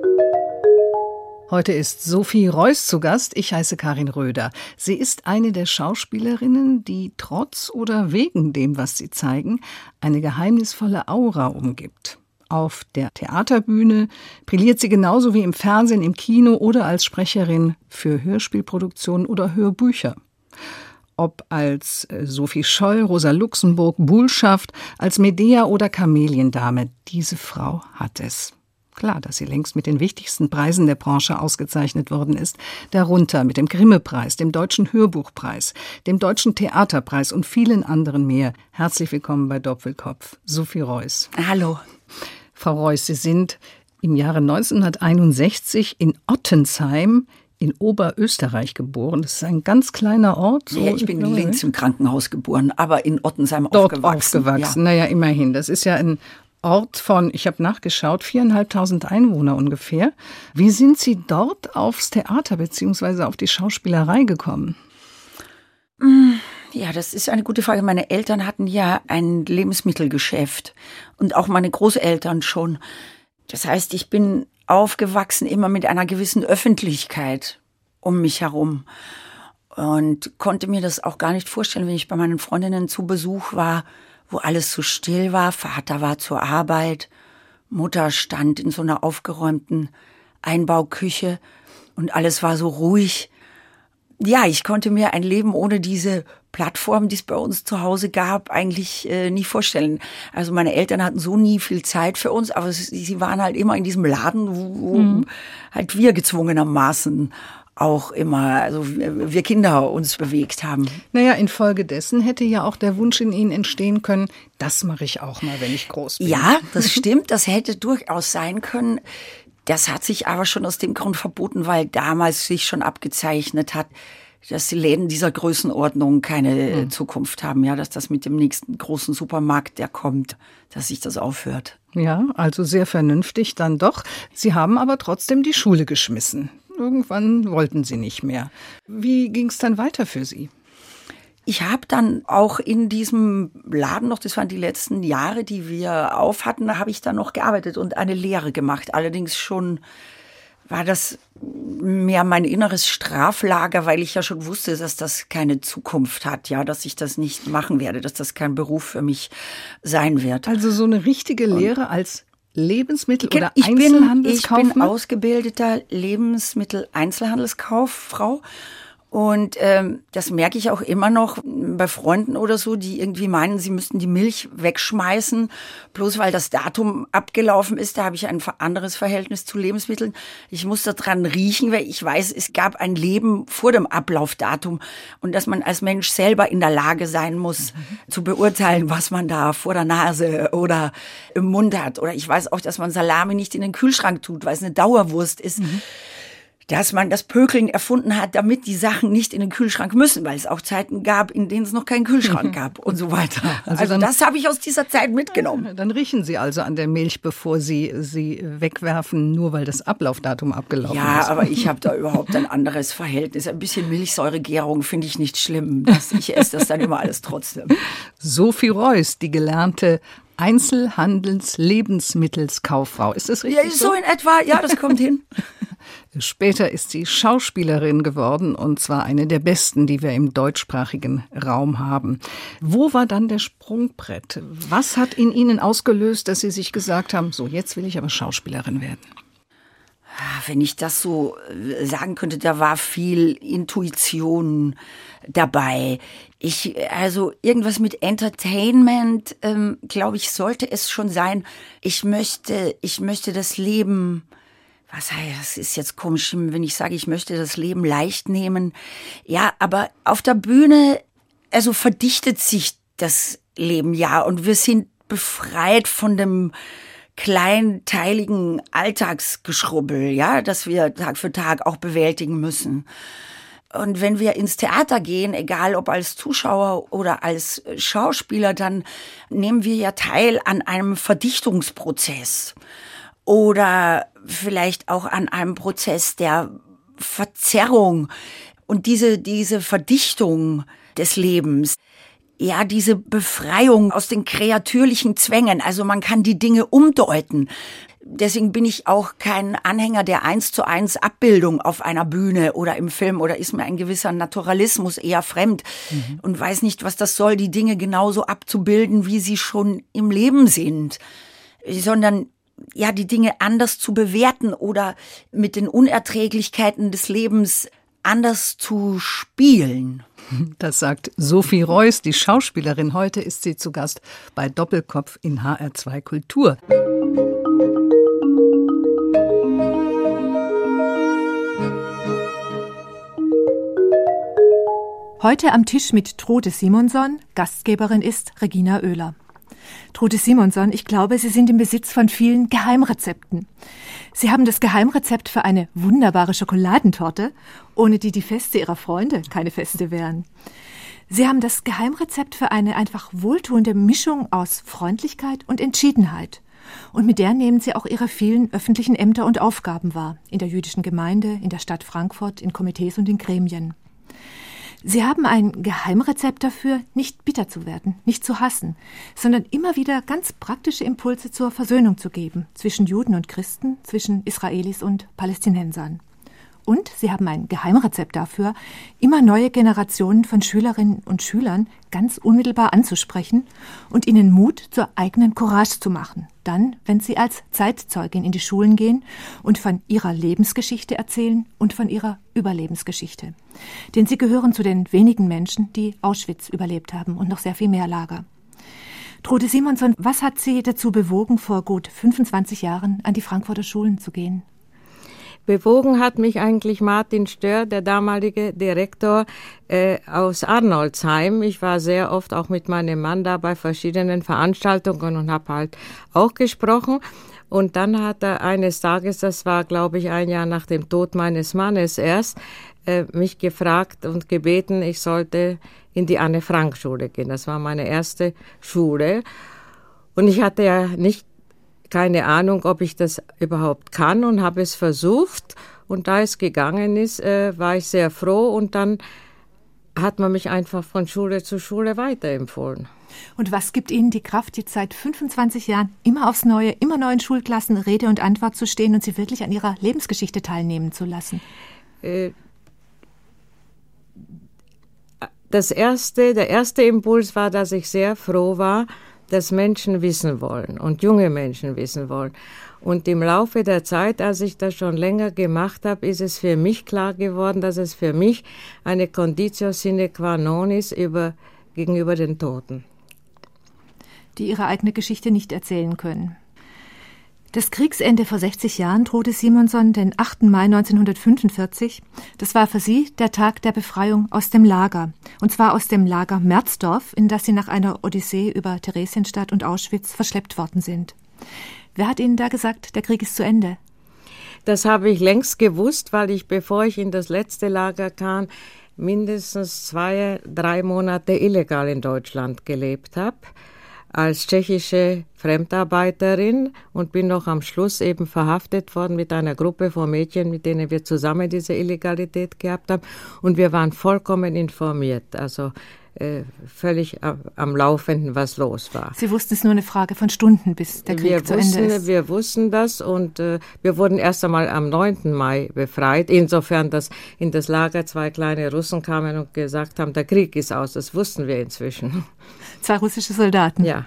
Heute ist Sophie Reuss zu Gast. Ich heiße Karin Röder. Sie ist eine der Schauspielerinnen, die trotz oder wegen dem, was sie zeigen, eine geheimnisvolle Aura umgibt. Auf der Theaterbühne brilliert sie genauso wie im Fernsehen, im Kino oder als Sprecherin für Hörspielproduktionen oder Hörbücher. Ob als Sophie Scholl, Rosa Luxemburg, Bullschaft, als Medea oder Kameliendame, diese Frau hat es. Klar, dass sie längst mit den wichtigsten Preisen der Branche ausgezeichnet worden ist, darunter mit dem Grimme-Preis, dem Deutschen Hörbuchpreis, dem Deutschen Theaterpreis und vielen anderen mehr. Herzlich willkommen bei Doppelkopf, Sophie Reuss. Hallo. Frau Reuss, Sie sind im Jahre 1961 in Ottensheim in Oberösterreich geboren. Das ist ein ganz kleiner Ort. So, ja, ich bin in Linz im Krankenhaus geboren, aber in Ottensheim dort aufgewachsen. Ja. Naja, immerhin. Das ist ja ein Ort von, ich habe nachgeschaut, 4.500 Einwohner ungefähr. Wie sind Sie dort aufs Theater bzw. auf die Schauspielerei gekommen? Ja, das ist eine gute Frage. Meine Eltern hatten ja ein Lebensmittelgeschäft und auch meine Großeltern schon. Das heißt, ich bin aufgewachsen immer mit einer gewissen Öffentlichkeit um mich herum und konnte mir das auch gar nicht vorstellen, wenn ich bei meinen Freundinnen zu Besuch war, wo alles so still war. Vater war zur Arbeit, Mutter stand in so einer aufgeräumten Einbauküche und alles war so ruhig. Ja, ich konnte mir ein Leben ohne diese Plattform, die es bei uns zu Hause gab, eigentlich nie vorstellen. Also meine Eltern hatten so nie viel Zeit für uns, aber sie waren halt immer in diesem Laden, wo halt wir gezwungenermaßen auch immer, also wir Kinder uns bewegt haben. Naja, infolgedessen hätte ja auch der Wunsch in Ihnen entstehen können, das mache ich auch mal, wenn ich groß bin. Ja, das stimmt, das hätte durchaus sein können. Das hat sich aber schon aus dem Grund verboten, weil damals sich schon abgezeichnet hat, dass die Läden dieser Größenordnung keine Zukunft haben. Ja, dass das mit dem nächsten großen Supermarkt, der kommt, dass sich das aufhört. Ja, also sehr vernünftig dann doch. Sie haben aber trotzdem die Schule geschmissen. Irgendwann wollten Sie nicht mehr. Wie ging es dann weiter für Sie? Ich habe dann auch in diesem Laden noch, das waren die letzten Jahre, die wir auf hatten, da habe ich dann noch gearbeitet und eine Lehre gemacht. Allerdings schon war das mehr mein inneres Straflager, weil ich ja schon wusste, dass das keine Zukunft hat, ja, dass ich das nicht machen werde, dass das kein Beruf für mich sein wird. Also so eine richtige Lehre als Lebensmittel- oder Einzelhandelskauffmann? Ich bin ausgebildeter Lebensmittel-Einzelhandelskauffrau. Und das merke ich auch immer noch bei Freunden oder so, die irgendwie meinen, sie müssten die Milch wegschmeißen, bloß weil das Datum abgelaufen ist. Da habe ich ein anderes Verhältnis zu Lebensmitteln. Ich muss da dran riechen, weil ich weiß, es gab ein Leben vor dem Ablaufdatum und dass man als Mensch selber in der Lage sein muss, zu beurteilen, was man da vor der Nase oder im Mund hat. Oder ich weiß auch, dass man Salami nicht in den Kühlschrank tut, weil es eine Dauerwurst ist. Dass man das Pökeln erfunden hat, damit die Sachen nicht in den Kühlschrank müssen, weil es auch Zeiten gab, in denen es noch keinen Kühlschrank gab und so weiter. Also das habe ich aus dieser Zeit mitgenommen. Dann riechen Sie also an der Milch, bevor Sie sie wegwerfen, nur weil das Ablaufdatum abgelaufen ist. Ja, aber ich habe da überhaupt ein anderes Verhältnis. Ein bisschen Milchsäuregärung finde ich nicht schlimm. Ich esse das dann immer alles trotzdem. Sophie Reuss, die gelernte Einzelhandels-Lebensmittelskauffrau. Ist das richtig? Ja, so in etwa. Ja, das kommt hin. Später ist sie Schauspielerin geworden, und zwar eine der besten, die wir im deutschsprachigen Raum haben. Wo war dann der Sprungbrett? Was hat in Ihnen ausgelöst, dass Sie sich gesagt haben, so, jetzt will ich aber Schauspielerin werden? Wenn ich das so sagen könnte, da war viel Intuition dabei. Also irgendwas mit Entertainment, glaube ich, sollte es schon sein. Ich möchte das Leben, das ist jetzt komisch, wenn ich sage, ich möchte das Leben leicht nehmen. Ja, aber auf der Bühne, also verdichtet sich das Leben ja und wir sind befreit von dem kleinteiligen Alltagsgeschrubbel, ja, das wir Tag für Tag auch bewältigen müssen. Und wenn wir ins Theater gehen, egal ob als Zuschauer oder als Schauspieler, dann nehmen wir ja teil an einem Verdichtungsprozess oder vielleicht auch an einem Prozess der Verzerrung. Und diese Verdichtung des Lebens, ja, diese Befreiung aus den kreatürlichen Zwängen, also man kann die Dinge umdeuten. Deswegen bin ich auch kein Anhänger der 1:1 Abbildung auf einer Bühne oder im Film oder ist mir ein gewisser Naturalismus eher fremd und weiß nicht, was das soll, die Dinge genauso abzubilden, wie sie schon im Leben sind, sondern ja, die Dinge anders zu bewerten oder mit den Unerträglichkeiten des Lebens anders zu spielen. Das sagt Sophie Reuss, die Schauspielerin. Heute ist sie zu Gast bei Doppelkopf in HR2 Kultur. Heute am Tisch mit Trude Simonson, Gastgeberin ist Regina Oehler. Trude Simonson, ich glaube, Sie sind im Besitz von vielen Geheimrezepten. Sie haben das Geheimrezept für eine wunderbare Schokoladentorte, ohne die die Feste Ihrer Freunde keine Feste wären. Sie haben das Geheimrezept für eine einfach wohltuende Mischung aus Freundlichkeit und Entschiedenheit. Und mit der nehmen Sie auch Ihre vielen öffentlichen Ämter und Aufgaben wahr. In der jüdischen Gemeinde, in der Stadt Frankfurt, in Komitees und in Gremien. Sie haben ein Geheimrezept dafür, nicht bitter zu werden, nicht zu hassen, sondern immer wieder ganz praktische Impulse zur Versöhnung zu geben zwischen Juden und Christen, zwischen Israelis und Palästinensern. Und Sie haben ein Geheimrezept dafür, immer neue Generationen von Schülerinnen und Schülern ganz unmittelbar anzusprechen und ihnen Mut zur eigenen Courage zu machen. Dann, wenn sie als Zeitzeugin in die Schulen gehen und von ihrer Lebensgeschichte erzählen und von ihrer Überlebensgeschichte. Denn sie gehören zu den wenigen Menschen, die Auschwitz überlebt haben und noch sehr viel mehr Lager. Trude Simonson, was hat Sie dazu bewogen, vor gut 25 Jahren an die Frankfurter Schulen zu gehen? Bewogen hat mich eigentlich Martin Stör, der damalige Direktor aus Arnoldsheim. Ich war sehr oft auch mit meinem Mann da bei verschiedenen Veranstaltungen und habe halt auch gesprochen. Und dann hat er eines Tages, das war glaube ich ein Jahr nach dem Tod meines Mannes erst, mich gefragt und gebeten, ich sollte in die Anne-Frank-Schule gehen. Das war meine erste Schule. Und ich hatte ja keine Ahnung, ob ich das überhaupt kann und habe es versucht. Und da es gegangen ist, war ich sehr froh und dann hat man mich einfach von Schule zu Schule weiterempfohlen. Und was gibt Ihnen die Kraft, jetzt seit 25 Jahren immer aufs Neue, immer neuen Schulklassen Rede und Antwort zu stehen und sie wirklich an ihrer Lebensgeschichte teilnehmen zu lassen? Der erste Impuls war, dass ich sehr froh war, das Menschen wissen wollen und junge Menschen wissen wollen. Und im Laufe der Zeit, als ich das schon länger gemacht habe, ist es für mich klar geworden, dass es für mich eine Conditio sine qua non ist gegenüber den Toten. Die ihre eigene Geschichte nicht erzählen können. Das Kriegsende vor 60 Jahren, Trude Simonson, den 8. Mai 1945, das war für sie der Tag der Befreiung aus dem Lager. Und zwar aus dem Lager Merzdorf, in das sie nach einer Odyssee über Theresienstadt und Auschwitz verschleppt worden sind. Wer hat Ihnen da gesagt, der Krieg ist zu Ende? Das habe ich längst gewusst, weil ich, bevor ich in das letzte Lager kam, mindestens 2-3 Monate illegal in Deutschland gelebt habe, als tschechische Fremdarbeiterin, und bin noch am Schluss eben verhaftet worden mit einer Gruppe von Mädchen, mit denen wir zusammen diese Illegalität gehabt haben. Und wir waren vollkommen informiert, also völlig am Laufenden, was los war. Sie wussten, es ist nur eine Frage von Stunden, bis der Krieg zu Ende ist. Wir wussten das, und wir wurden erst einmal am 9. Mai befreit, insofern, dass in das Lager 2 kleine Russen kamen und gesagt haben, der Krieg ist aus. Das wussten wir inzwischen. 2 russische Soldaten? Ja.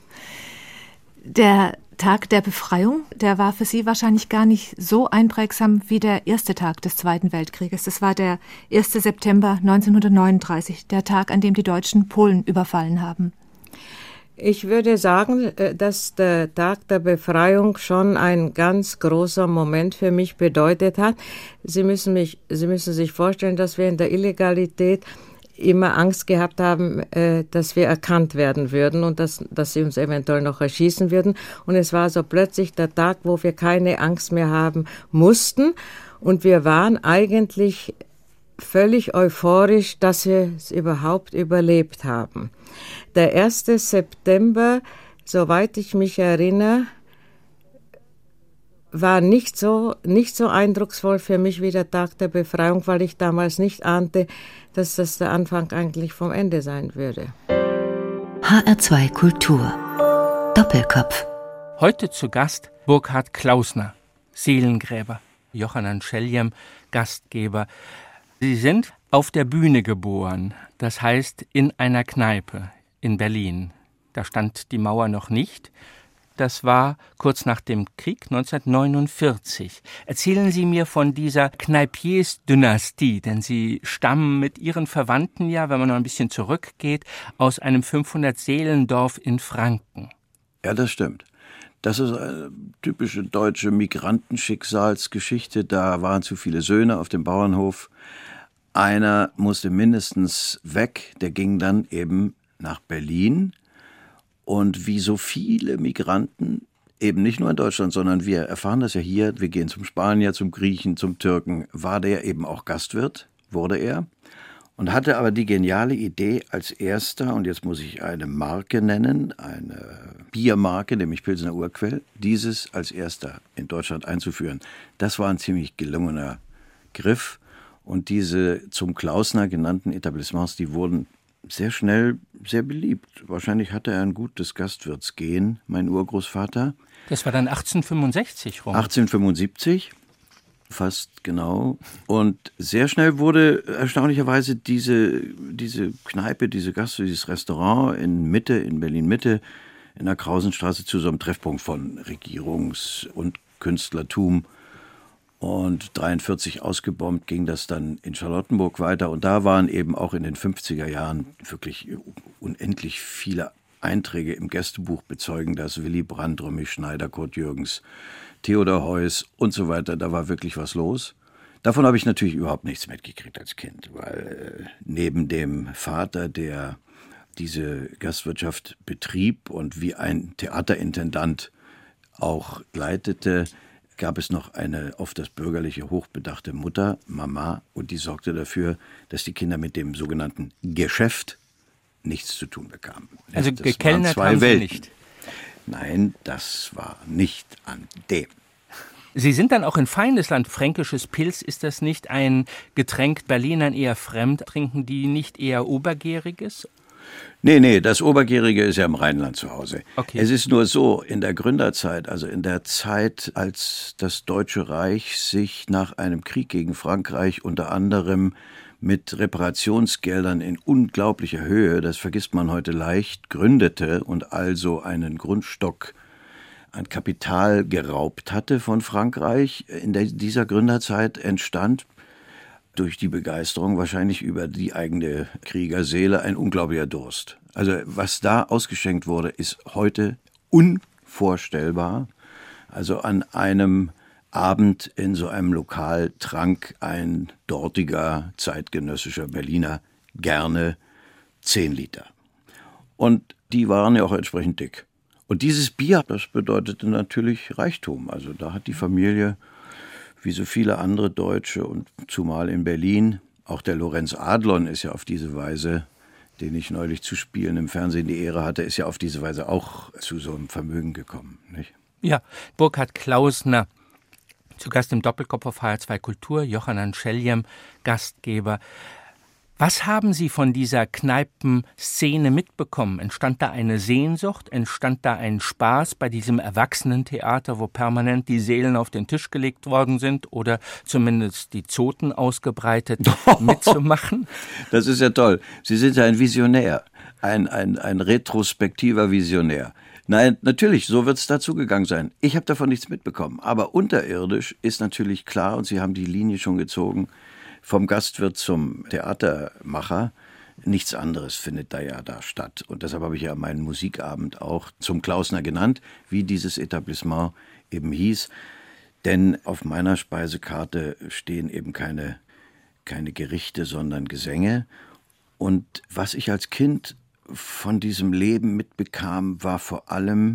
Der Tag der Befreiung, der war für Sie wahrscheinlich gar nicht so einprägsam wie der erste Tag des Zweiten Weltkrieges. Das war der 1. September 1939, der Tag, an dem die Deutschen Polen überfallen haben. Ich würde sagen, dass der Tag der Befreiung schon ein ganz großer Moment für mich bedeutet hat. Sie müssen sich vorstellen, dass wir in der Illegalität immer Angst gehabt haben, dass wir erkannt werden würden und dass sie uns eventuell noch erschießen würden. Und es war so plötzlich der Tag, wo wir keine Angst mehr haben mussten. Und wir waren eigentlich völlig euphorisch, dass wir es überhaupt überlebt haben. Der 1. September, soweit ich mich erinnere, war nicht so eindrucksvoll für mich wie der Tag der Befreiung, weil ich damals nicht ahnte, dass das der Anfang eigentlich vom Ende sein würde. HR2 Kultur. Doppelkopf. Heute zu Gast Burkhard Klausner, Seelengräber, Johannan Scheljem, Gastgeber. Sie sind auf der Bühne geboren, das heißt in einer Kneipe in Berlin. Da stand die Mauer noch nicht. Das war kurz nach dem Krieg, 1949. Erzählen Sie mir von dieser Kneipiers-Dynastie, denn Sie stammen mit Ihren Verwandten ja, wenn man noch ein bisschen zurückgeht, aus einem 500-Seelendorf in Franken. Ja, das stimmt. Das ist eine typische deutsche Migrantenschicksalsgeschichte. Da waren zu viele Söhne auf dem Bauernhof. Einer musste mindestens weg, der ging dann eben nach Berlin. Und wie so viele Migranten, eben nicht nur in Deutschland, sondern wir erfahren das ja hier, wir gehen zum Spanier, zum Griechen, zum Türken, war der eben auch Gastwirt, wurde er, und hatte aber die geniale Idee als erster, und jetzt muss ich eine Marke nennen, eine Biermarke, nämlich Pilsener Urquell, dieses als erster in Deutschland einzuführen. Das war ein ziemlich gelungener Griff, und diese zum Klausner genannten Etablissements, die wurden sehr schnell sehr beliebt. Wahrscheinlich hatte er ein gutes Gastwirtsgen, mein Urgroßvater. Das war dann 1865 rum. 1875, fast genau. Und sehr schnell wurde erstaunlicherweise diese Kneipe, dieses Restaurant in Berlin-Mitte, in der Krausenstraße zu so einem Treffpunkt von Regierungs- und Künstlertum. Und 1943 ausgebombt ging das dann in Charlottenburg weiter. Und da waren eben auch in den 50er Jahren wirklich unendlich viele Einträge im Gästebuch bezeugen das. Willy Brandt, Romy Schneider, Kurt Jürgens, Theodor Heuss und so weiter. Da war wirklich was los. Davon habe ich natürlich überhaupt nichts mitgekriegt als Kind, weil neben dem Vater, der diese Gastwirtschaft betrieb und wie ein Theaterintendant auch leitete, gab es noch eine auf das Bürgerliche hochbedachte Mutter, Mama, und die sorgte dafür, dass die Kinder mit dem sogenannten Geschäft nichts zu tun bekamen. Also gekellnert haben Sie nicht? Nein, das war nicht an dem. Sie sind dann auch in Feindesland. Fränkisches Pils, ist das nicht ein Getränk Berlinern eher fremd? Trinken die nicht eher Obergäriges? Nee, das Obergärige ist ja im Rheinland zu Hause. Okay. Es ist nur so, in der Gründerzeit, also in der Zeit, als das Deutsche Reich sich nach einem Krieg gegen Frankreich unter anderem mit Reparationsgeldern in unglaublicher Höhe, das vergisst man heute leicht, gründete und also einen Grundstock an Kapital geraubt hatte von Frankreich. In dieser Gründerzeit entstand durch die Begeisterung wahrscheinlich über die eigene Kriegerseele ein unglaublicher Durst. Also was da ausgeschenkt wurde, ist heute unvorstellbar. Also an einem Abend in so einem Lokal trank ein dortiger zeitgenössischer Berliner gerne 10 Liter. Und die waren ja auch entsprechend dick. Und dieses Bier, das bedeutete natürlich Reichtum. Also da hat die Familie, wie so viele andere Deutsche und zumal in Berlin, auch der Lorenz Adlon ist ja auf diese Weise, den ich neulich zu spielen im Fernsehen die Ehre hatte, ist ja auf diese Weise auch zu so einem Vermögen gekommen, nicht? Ja, Burkhard Klausner, zu Gast im Doppelkopf auf HR2 Kultur, Johanan Scheljem, Gastgeber. Was haben Sie von dieser Kneipenszene mitbekommen? Entstand da eine Sehnsucht? Entstand da ein Spaß bei diesem Erwachsenentheater, wo permanent die Seelen auf den Tisch gelegt worden sind oder zumindest die Zoten ausgebreitet mitzumachen? Das ist ja toll. Sie sind ja ein Visionär, ein retrospektiver Visionär. Nein, natürlich, so wird es dazugegangen sein. Ich habe davon nichts mitbekommen. Aber unterirdisch ist natürlich klar, und Sie haben die Linie schon gezogen, vom Gastwirt zum Theatermacher, nichts anderes findet da statt. Und deshalb habe ich ja meinen Musikabend auch zum Klausner genannt, wie dieses Etablissement eben hieß. Denn auf meiner Speisekarte stehen eben keine Gerichte, sondern Gesänge. Und was ich als Kind von diesem Leben mitbekam, war vor allem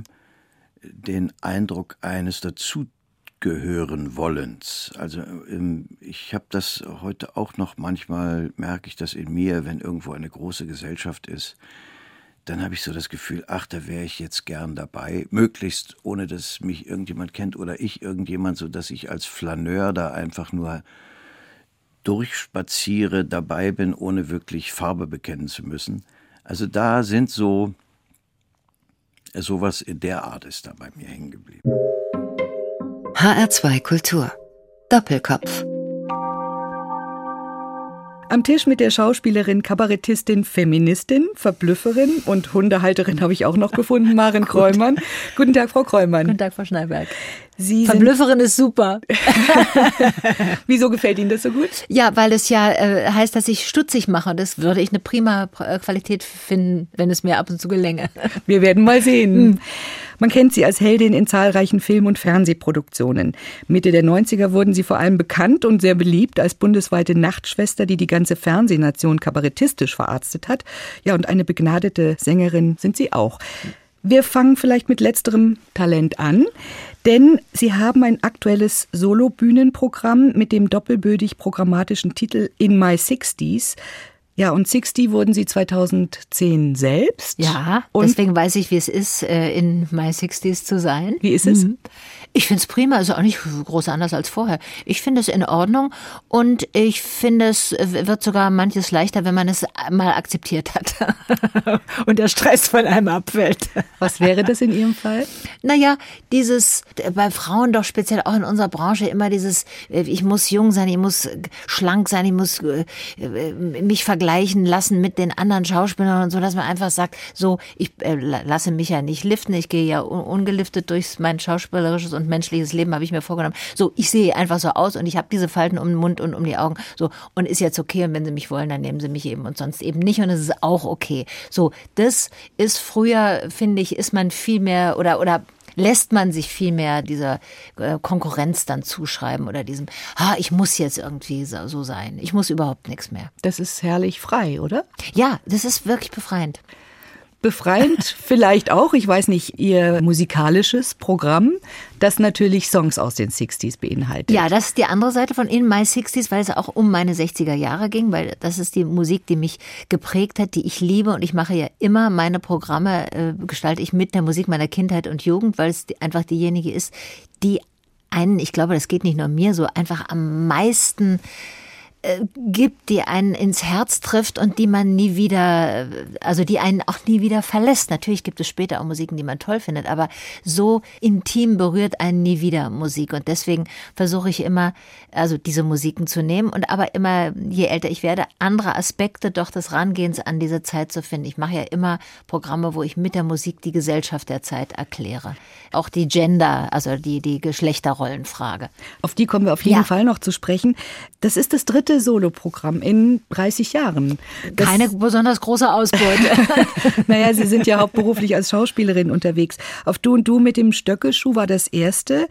den Eindruck eines dazugehören Wollens. Also ich habe das heute auch noch, manchmal merke ich das in mir, wenn irgendwo eine große Gesellschaft ist, dann habe ich so das Gefühl, ach, da wäre ich jetzt gern dabei, möglichst ohne, dass mich irgendjemand kennt oder ich irgendjemand, so dass ich als Flaneur da einfach nur durchspaziere, dabei bin, ohne wirklich Farbe bekennen zu müssen. Also da sind sowas in der Art ist da bei mir hängen geblieben. HR2 Kultur. Doppelkopf. Am Tisch mit der Schauspielerin, Kabarettistin, Feministin, Verblüfferin und Hundehalterin habe ich auch noch gefunden, Maren Kreumann. Guten Tag, Frau Kreumann. Guten Tag, Frau Schneiberg. Verblüfferin ist super. Wieso gefällt Ihnen das so gut? Ja, weil es ja heißt, dass ich stutzig mache. Das würde ich eine prima Qualität finden, wenn es mir ab und zu gelänge. Wir werden mal sehen. Man kennt sie als Heldin in zahlreichen Film- und Fernsehproduktionen. Mitte der 90er wurden sie vor allem bekannt und sehr beliebt als bundesweite Nachtschwester, die die ganze Fernsehnation kabarettistisch verarztet hat. Ja, und eine begnadete Sängerin sind sie auch. Wir fangen vielleicht mit letzterem Talent an, denn Sie haben ein aktuelles Solo-Bühnenprogramm mit dem doppelbödig programmatischen Titel In My 60s. Ja, und 60 wurden Sie 2010 selbst. Ja, deswegen weiß ich, wie es ist, in My 60s zu sein. Wie ist es? Ich finde es prima, also auch nicht groß anders als vorher. Ich finde es in Ordnung und ich finde, es wird sogar manches leichter, wenn man es mal akzeptiert hat und der Stress von einem abfällt. Was wäre das in Ihrem Fall? Naja, bei Frauen doch speziell auch in unserer Branche immer dieses, ich muss jung sein, ich muss schlank sein, ich muss mich vergleichen lassen mit den anderen Schauspielern und so, dass man einfach sagt, so, ich lasse mich ja nicht liften, ich gehe ja ungeliftet durch mein schauspielerisches und menschliches Leben, habe ich mir vorgenommen. So, ich sehe einfach so aus und ich habe diese Falten um den Mund und um die Augen. So, und ist jetzt okay. Und wenn Sie mich wollen, dann nehmen Sie mich eben und sonst eben nicht. Und es ist auch okay. So, das ist früher, finde ich, ist man viel mehr oder lässt man sich viel mehr dieser Konkurrenz dann zuschreiben oder diesem, ich muss jetzt irgendwie so sein. Ich muss überhaupt nichts mehr. Das ist herrlich frei, oder? Ja, das ist wirklich befreiend. Befreiend vielleicht auch, ich weiß nicht, Ihr musikalisches Programm, das natürlich Songs aus den 60s beinhaltet. Ja, das ist die andere Seite von In My 60s, weil es auch um meine 60er Jahre ging, weil das ist die Musik, die mich geprägt hat, die ich liebe und ich mache ja immer meine Programme, gestalte ich mit der Musik meiner Kindheit und Jugend, weil es einfach diejenige ist, die ich glaube, das geht nicht nur mir so, einfach am meisten gibt, die einen ins Herz trifft und die man nie wieder, also die einen auch nie wieder verlässt. Natürlich gibt es später auch Musiken, die man toll findet, aber so intim berührt einen nie wieder Musik. Und deswegen versuche ich immer, also diese Musiken zu nehmen und aber immer, je älter ich werde, andere Aspekte doch des Rangehens an diese Zeit zu finden. Ich mache ja immer Programme, wo ich mit der Musik die Gesellschaft der Zeit erkläre. Auch die Gender, also die Geschlechterrollenfrage. Auf die kommen wir auf jeden Fall noch zu sprechen. Das ist das 3. Soloprogramm in 30 Jahren. Keine besonders große Ausbeute. Naja, Sie sind ja hauptberuflich als Schauspielerin unterwegs. Auf Du und Du mit dem Stöckelschuh war das erste,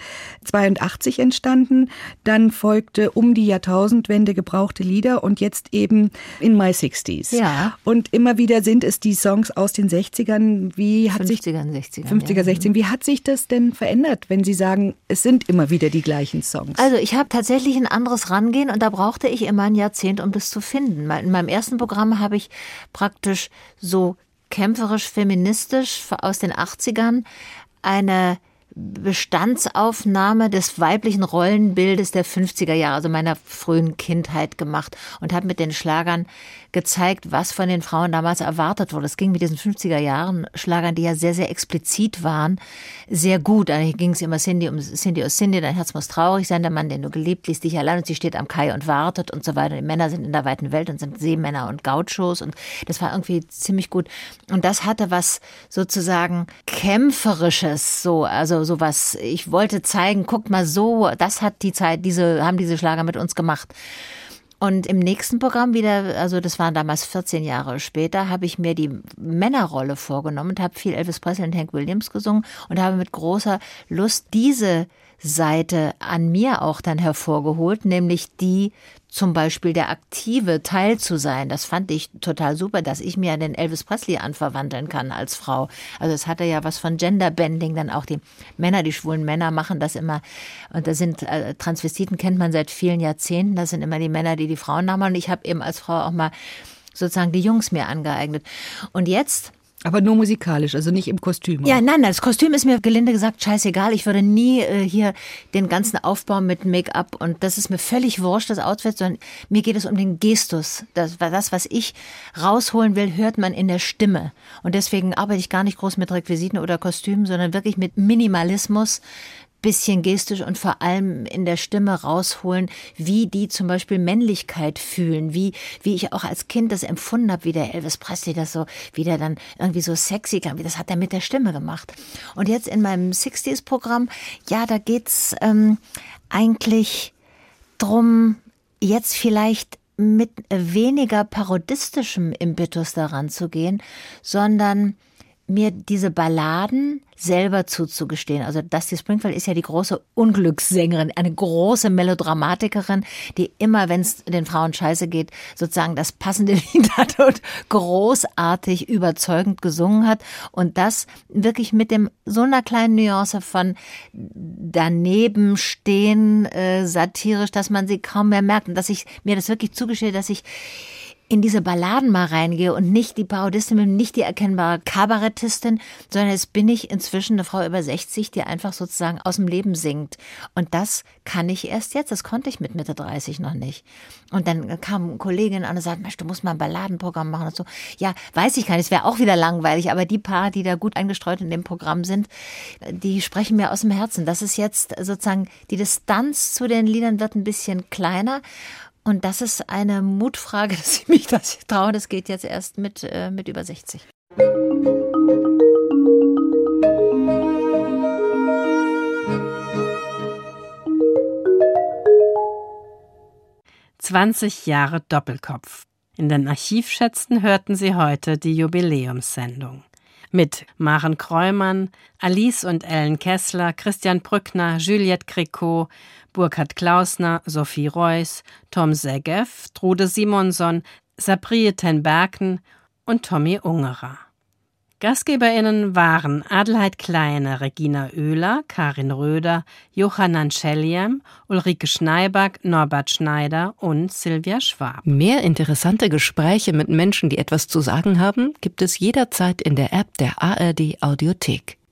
82 entstanden. Dann folgte um die Jahrtausendwende gebrauchte Lieder und jetzt eben in My 60s. Ja. Und immer wieder sind es die Songs aus den 60ern. Wie hat 50ern, 60ern. 50er, 60er. Wie hat sich das denn verändert, wenn Sie sagen, es sind immer wieder die gleichen Songs? Also ich habe tatsächlich ein anderes Rangehen und da brauchte ich immer ein Jahrzehnt, um das zu finden. In meinem ersten Programm habe ich praktisch so kämpferisch, feministisch aus den 80ern eine Bestandsaufnahme des weiblichen Rollenbildes der 50er Jahre, also meiner frühen Kindheit gemacht und habe mit den Schlagern gezeigt, was von den Frauen damals erwartet wurde. Es ging mit diesen 50er Jahren Schlagern, die ja sehr, sehr explizit waren, sehr gut. Da ging es immer Cindy aus Cindy, dein Herz muss traurig sein, der Mann, den du geliebt, ließ dich allein und sie steht am Kai und wartet und so weiter. Die Männer sind in der weiten Welt und sind Seemänner und Gauchos und das war irgendwie ziemlich gut. Und das hatte was sozusagen Kämpferisches, so, also sowas. Ich wollte zeigen, guckt mal so, das hat die Zeit, haben diese Schlager mit uns gemacht. Und im nächsten Programm wieder, also das waren damals 14 Jahre später, habe ich mir die Männerrolle vorgenommen und habe viel Elvis Presley und Hank Williams gesungen und habe mit großer Lust diese Seite an mir auch dann hervorgeholt, nämlich die zum Beispiel der aktive Teil zu sein. Das fand ich total super, dass ich mir den Elvis Presley anverwandeln kann als Frau. Also es hatte ja was von Genderbending, dann auch die Männer, die schwulen Männer machen das immer. Und das sind Transvestiten, kennt man seit vielen Jahrzehnten. Das sind immer die Männer, die Frauen nachmachen. Und ich habe eben als Frau auch mal sozusagen die Jungs mir angeeignet. Und jetzt... Aber nur musikalisch, also nicht im Kostüm. Ja, nein, das Kostüm ist mir gelinde gesagt scheißegal. Ich würde nie hier den ganzen Aufbau mit Make-up und das ist mir völlig wurscht, das Outfit, sondern mir geht es um den Gestus. Das, was ich rausholen will, hört man in der Stimme. Und deswegen arbeite ich gar nicht groß mit Requisiten oder Kostümen, sondern wirklich mit Minimalismus, bisschen gestisch und vor allem in der Stimme rausholen, wie die zum Beispiel Männlichkeit fühlen, wie ich auch als Kind das empfunden habe, wie der Elvis Presley das so, wie der dann irgendwie so sexy kam, das hat er mit der Stimme gemacht. Und jetzt in meinem 60s-Programm, ja, da geht's eigentlich drum, jetzt vielleicht mit weniger parodistischem Impetus daran zu gehen, sondern mir diese Balladen selber zuzugestehen. Also Dusty Springfield ist ja die große Unglückssängerin, eine große Melodramatikerin, die immer, wenn es den Frauen scheiße geht, sozusagen das passende Lied hat und großartig überzeugend gesungen hat und das wirklich mit so einer kleinen Nuance von daneben stehen, satirisch, dass man sie kaum mehr merkt und dass ich mir das wirklich zugestehe, dass ich in diese Balladen mal reingehe und nicht die Parodistin bin, nicht die erkennbare Kabarettistin, sondern jetzt bin ich inzwischen eine Frau über 60, die einfach sozusagen aus dem Leben singt. Und das kann ich erst jetzt, das konnte ich mit Mitte 30 noch nicht. Und dann kam Kollegin an und sagte, Mensch, du musst mal ein Balladenprogramm machen und so. Ja, weiß ich gar nicht, es wäre auch wieder langweilig, aber die paar, die da gut eingestreut in dem Programm sind, die sprechen mir aus dem Herzen. Das ist jetzt sozusagen, die Distanz zu den Liedern wird ein bisschen kleiner. Und das ist eine Mutfrage, dass ich mich das traue. Das geht jetzt erst mit über 60. »20 Jahre Doppelkopf«. In den Archivschätzen hörten Sie heute die Jubiläumssendung. Mit Maren Kreumann, Alice und Ellen Kessler, Christian Brückner, Juliette Crécot, Burkhard Klausner, Sophie Reuss, Tom Segev, Trude Simonson, Sabrie ten Berken und Tommy Ungerer. GastgeberInnen waren Adelheid Kleine, Regina Oehler, Karin Röder, Johannan Schelliem, Ulrike Schneiback, Norbert Schneider und Silvia Schwab. Mehr interessante Gespräche mit Menschen, die etwas zu sagen haben, gibt es jederzeit in der App der ARD Audiothek.